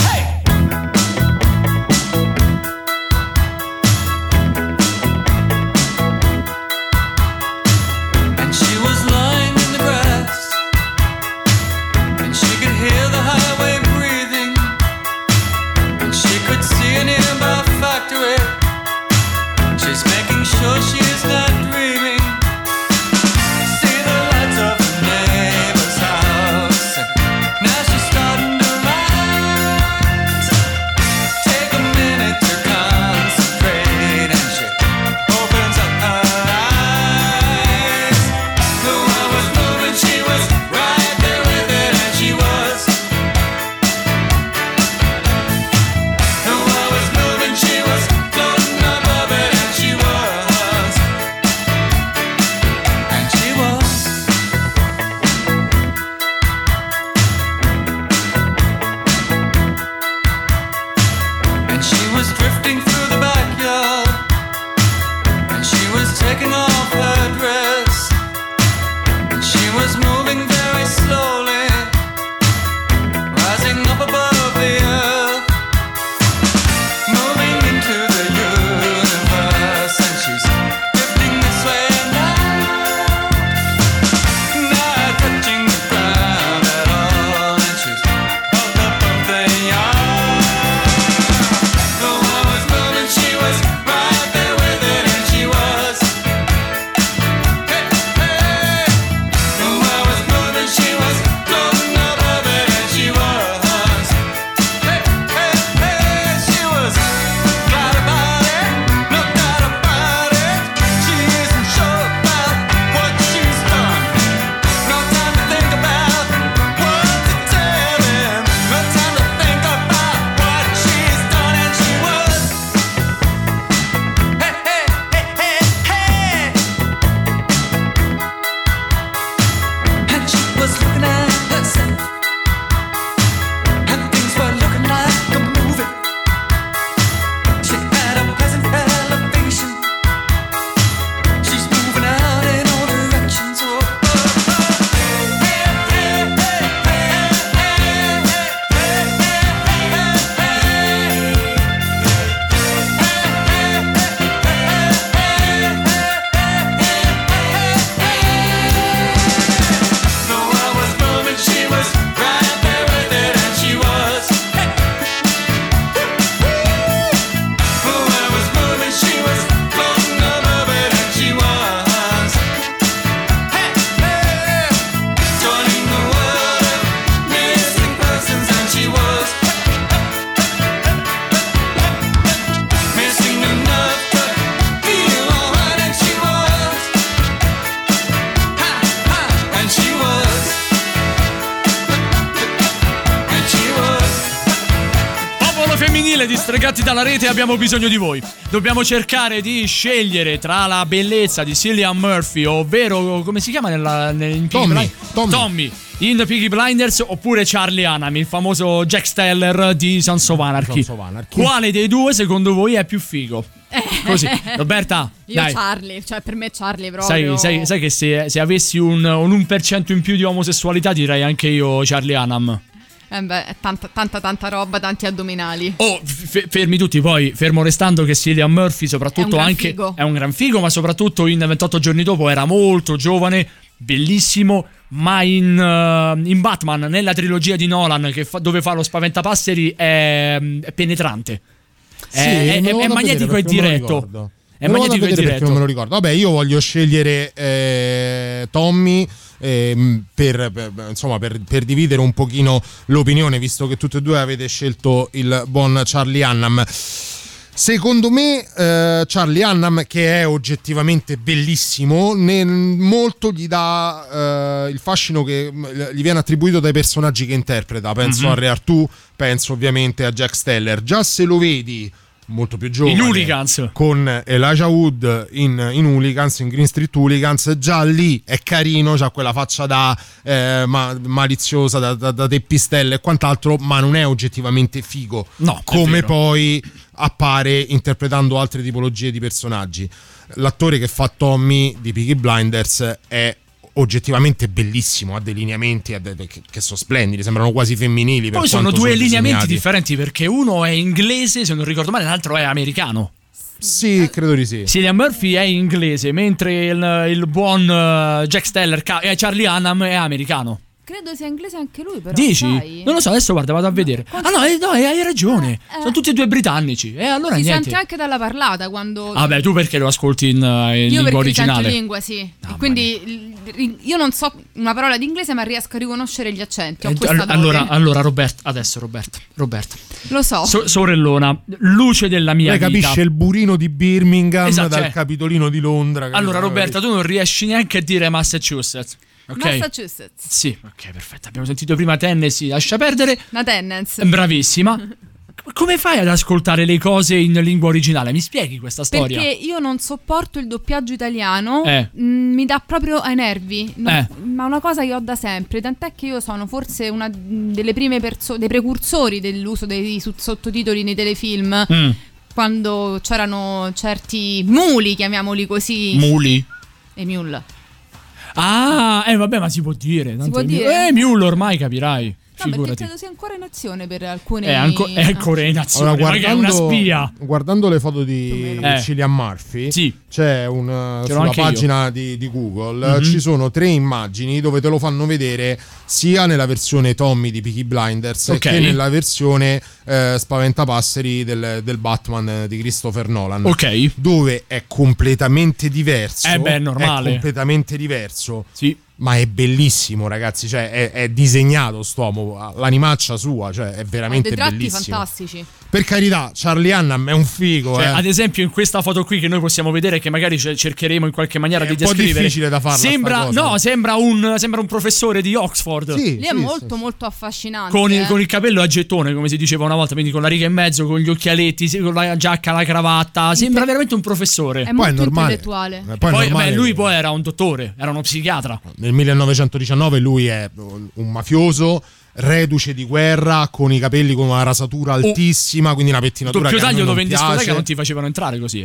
Sure she's not dreaming. See the lights of the neighbor's house. Now she's starting to rise. Stregati dalla Rete abbiamo bisogno di voi. Dobbiamo cercare di scegliere tra la bellezza di Cillian Murphy, ovvero come si chiama in Tommy in Peaky Blinders, oppure Charlie Hunnam, il famoso Jack Steller di Sons of Anarchy. Quale dei due secondo voi è più figo? Così, Roberta, Io dai. Charlie, cioè per me Charlie proprio. Sai che se avessi un 1% in più di omosessualità direi anche io Charlie Hunnam. È tanta roba, tanti addominali. Oh, fermi tutti, poi fermo restando che Cillian Murphy soprattutto è un gran figo, ma soprattutto in 28 giorni dopo era molto giovane, bellissimo, ma in Batman, nella trilogia di Nolan dove fa lo spaventapasseri è penetrante. È magnetico e diretto. È magnetico e diretto. Non me lo ricordo. Vabbè, io voglio scegliere Tommy per dividere un pochino l'opinione, visto che tutti e due avete scelto il buon Charlie Hunnam. Secondo me Charlie Hunnam, che è oggettivamente bellissimo, molto gli dà il fascino che gli viene attribuito dai personaggi che interpreta. Penso a Re Artù, penso ovviamente a Jack Steller. Già se lo vedi molto più giovane in Hooligans con Elijah Wood in Hooligans, in Green Street Hooligans, già lì è carino, c'ha quella faccia da maliziosa, da teppistelle e quant'altro, ma non è oggettivamente figo, no, come poi appare interpretando altre tipologie di personaggi. L'attore che fa Tommy di Peaky Blinders è oggettivamente bellissimo, ha dei lineamenti che sono splendidi, sembrano quasi femminili. Poi sono due lineamenti differenti, perché uno è inglese, se non ricordo male, l'altro è americano. Sì, credo di sì. Cillian Murphy è inglese, mentre il buon Jack Steller, Charlie Hunnam, è americano. Credo sia inglese anche lui, però. Dici? Sai? Non lo so, adesso guarda, vado a vedere. No, hai ragione. Sono tutti e due britannici. E allora si niente. sente anche dalla parlata quando. Vabbè, tu perché lo ascolti in lingua originale? Io lingua, sì. Quindi io non so una parola di inglese, ma riesco a riconoscere gli accenti. Ho questa allora Roberta. Lo so. Sorellona, luce della mia vita. Lei capisce il burino di Birmingham dal Capitolino di Londra. Allora Roberta, tu non riesci neanche a dire Massachusetts. Okay. Massachusetts. Sì, ok, perfetto. Abbiamo sentito prima Tennessee, lascia perdere. La Tennessee. Bravissima. Come fai ad ascoltare le cose in lingua originale? Mi spieghi questa storia? Perché io non sopporto il doppiaggio italiano, mi dà proprio ai nervi. Ma una cosa che ho da sempre, tant'è che io sono forse una delle prime dei precursori dell'uso dei sottotitoli nei telefilm. Quando c'erano certi muli, chiamiamoli così. Muli? E mule. Ah, vabbè, ma si può dire. Si può dire? Mule ormai capirai. No, perché credo sia ancora in azione per alcuni. È ancora in azione. Allora, è una spia. Guardando le foto di Cillian Murphy, c'è sulla pagina di Google ci sono 3 immagini dove te lo fanno vedere sia nella versione Tommy di Peaky Blinders che nella versione Spaventapasseri del Batman di Christopher Nolan. Dove è completamente diverso. È normale. È completamente diverso. Sì. Ma è bellissimo, ragazzi, cioè è disegnato st'uomo, l'animaccia sua, cioè è veramente bellissimo. Dei tratti fantastici. Per carità, Charlie Hunnam è un figo, cioè, ad esempio in questa foto qui che noi possiamo vedere, che magari cercheremo in qualche maniera di descrivere. È un po' difficile da farla. Sembra un professore di Oxford. Lì è molto affascinante. Con il capello a gettone, come si diceva una volta, quindi con la riga in mezzo, con gli occhialetti, con la giacca, la cravatta, sembra veramente un professore. È molto intellettuale. Poi lui poi era un dottore, era uno psichiatra. Nel 1919 lui è un mafioso reduce di guerra, con i capelli con una rasatura altissima, quindi una pettinatura doppio taglio dove in piace. Discoteca non ti facevano entrare così,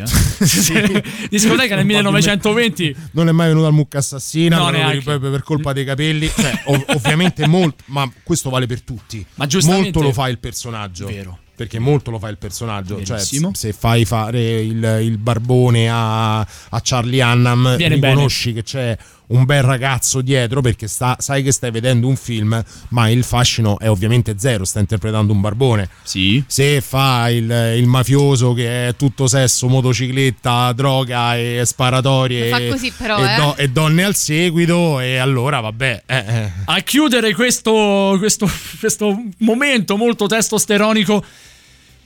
Discoteca nel 1920 non è mai venuto al mucca assassina, no, per colpa dei capelli, cioè, ovviamente molto, ma questo vale per tutti, ma giustamente molto lo fa il personaggio, vero, perché molto lo fa il personaggio. Cioè, se fai fare il barbone a Charlie Hunnam, riconosci che c'è un bel ragazzo dietro, perché sai che stai vedendo un film, ma il fascino è ovviamente zero, sta interpretando un barbone. Sì. Se fa il mafioso che è tutto sesso, motocicletta, droga e sparatorie fa così, però, e donne al seguito, e allora vabbè. A chiudere questo momento molto testosteronico,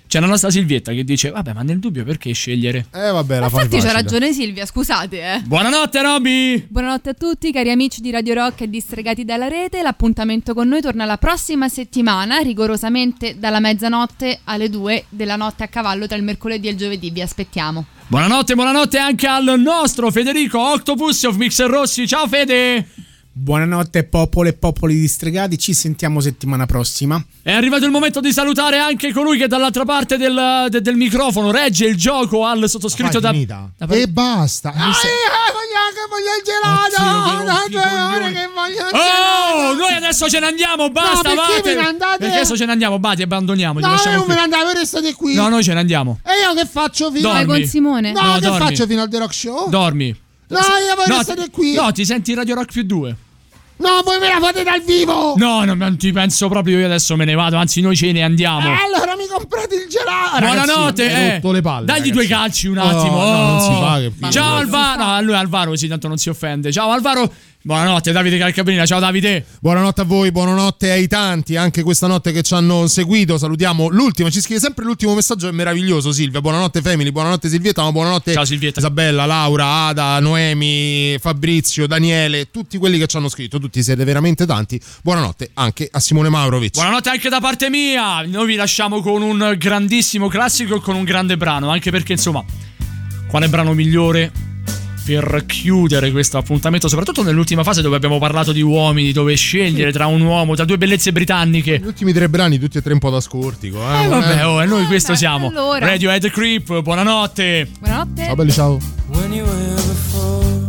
C'è la nostra Silvietta che dice: vabbè, ma nel dubbio perché scegliere? Vabbè, la fai Infatti c'ha facile. ragione Silvia, scusate. Buonanotte Roby. Buonanotte a tutti cari amici di Radio Rock e distregati dalla rete. L'appuntamento con noi torna la prossima settimana, rigorosamente dalla mezzanotte alle 2 della notte a cavallo tra il mercoledì e il giovedì. Vi aspettiamo. Buonanotte anche al nostro Federico Octopus of Mixer Rossi. Ciao Fede. Buonanotte popolo e popoli distregati, ci sentiamo settimana prossima. È arrivato il momento di salutare anche colui che dall'altra parte del microfono regge il gioco al sottoscritto E basta. Voglio il gelato. Oh, noi adesso ce ne andiamo, basta, no, perché vate. ve ne andate? Perché adesso ce ne andiamo, Bati, abbandoniamo. No, io non me ne andavo, restate qui. No, noi ce ne andiamo. E io che faccio fino Dormi. Vai con Simone. No, che dormi. faccio fino al The Rock Show? Dormi. No, io voglio restare qui. No, ti senti Radio Rock più 2. No, voi me la fate dal vivo. No, non ti penso proprio, io adesso me ne vado, anzi noi ce ne andiamo. Allora mi comprate il gelato. Buonanotte, hai rotto le palle, dagli ragazzi. due calci un attimo. No, non si fa, che figo. Ciao Alvaro. No, lui Alvaro, sì, tanto non si offende. Ciao Alvaro. Buonanotte Davide Calcabrina, ciao Davide. Buonanotte a voi, buonanotte ai tanti anche questa notte che ci hanno seguito. Salutiamo l'ultimo, ci scrive sempre l'ultimo messaggio, è meraviglioso Silvia. Buonanotte Family, buonanotte Silvietta, ma buonanotte ciao Silvietta. Isabella, Laura, Ada, Noemi, Fabrizio, Daniele, tutti quelli che ci hanno scritto, tutti siete veramente tanti. Buonanotte anche a Simone Maurovic. Buonanotte anche da parte mia. Noi vi lasciamo con un grandissimo classico e con un grande brano, anche perché insomma, quale brano migliore per chiudere questo appuntamento, soprattutto nell'ultima fase dove abbiamo parlato di uomini, dove scegliere tra un uomo, tra due bellezze britanniche. Gli ultimi 3 brani tutti e 3 un po' da scortico. Vabbè, noi questo siamo. Allora. Radiohead Creep, buonanotte. Buonanotte. Ciao belli, ciao. When you were before,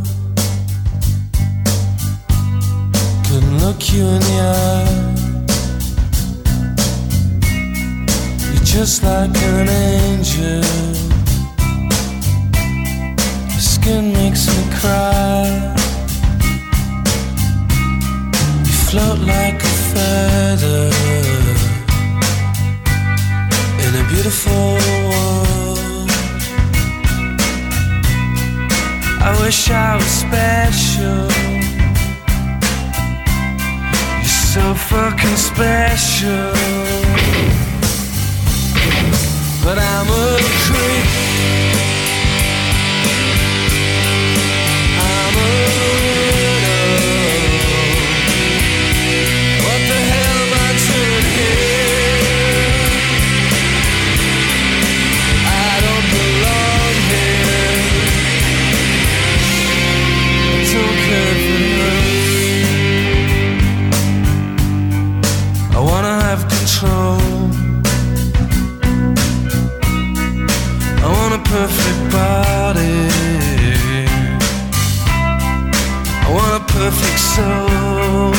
couldn't look you in the eye. You're just like an angel. Your skin makes me cry. You float like a feather in a beautiful world. I wish I was special. You're so fucking special. But I'm a creep. I'm a widow. What the hell am I doing here? I don't belong here. I don't care for this. I wanna have control. I want a perfect body. I want a perfect soul.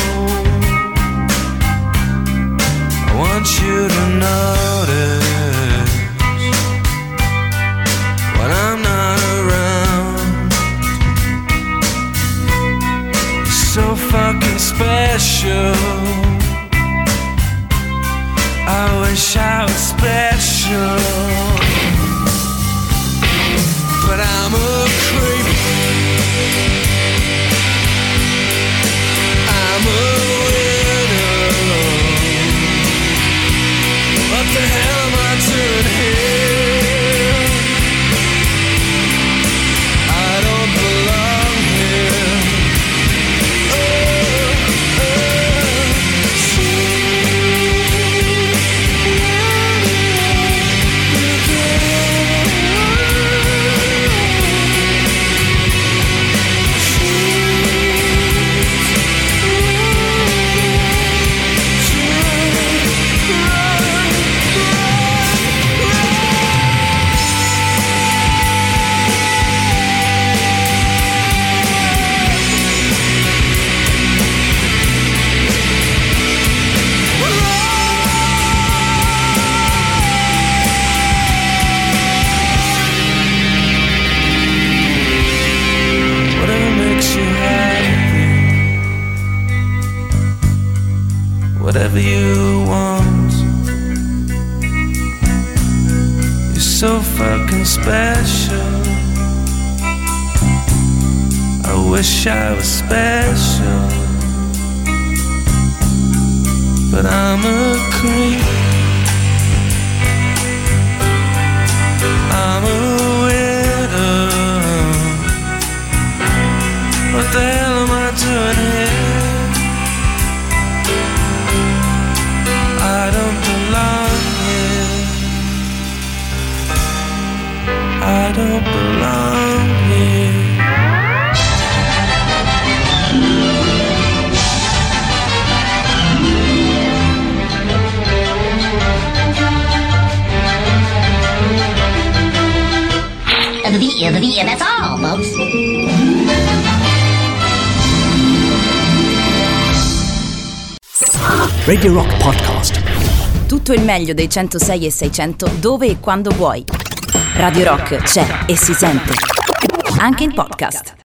I want you to notice when I'm not around. You're so fucking special. I wish I was special. But I'm a creep. I'm a widow. What the hell am I doing here? I don't belong here. Whatever makes you happy, whatever you want. You're so fucking special. I wish I was special, but I'm a creep. I'm a widow. What the hell am I doing here? I don't belong here. I don't belong here. And that's all, folks. Radio Rock Podcast. Tutto il meglio dei 106 e 600 dove e quando vuoi. Radio Rock c'è e si sente. Anche in podcast.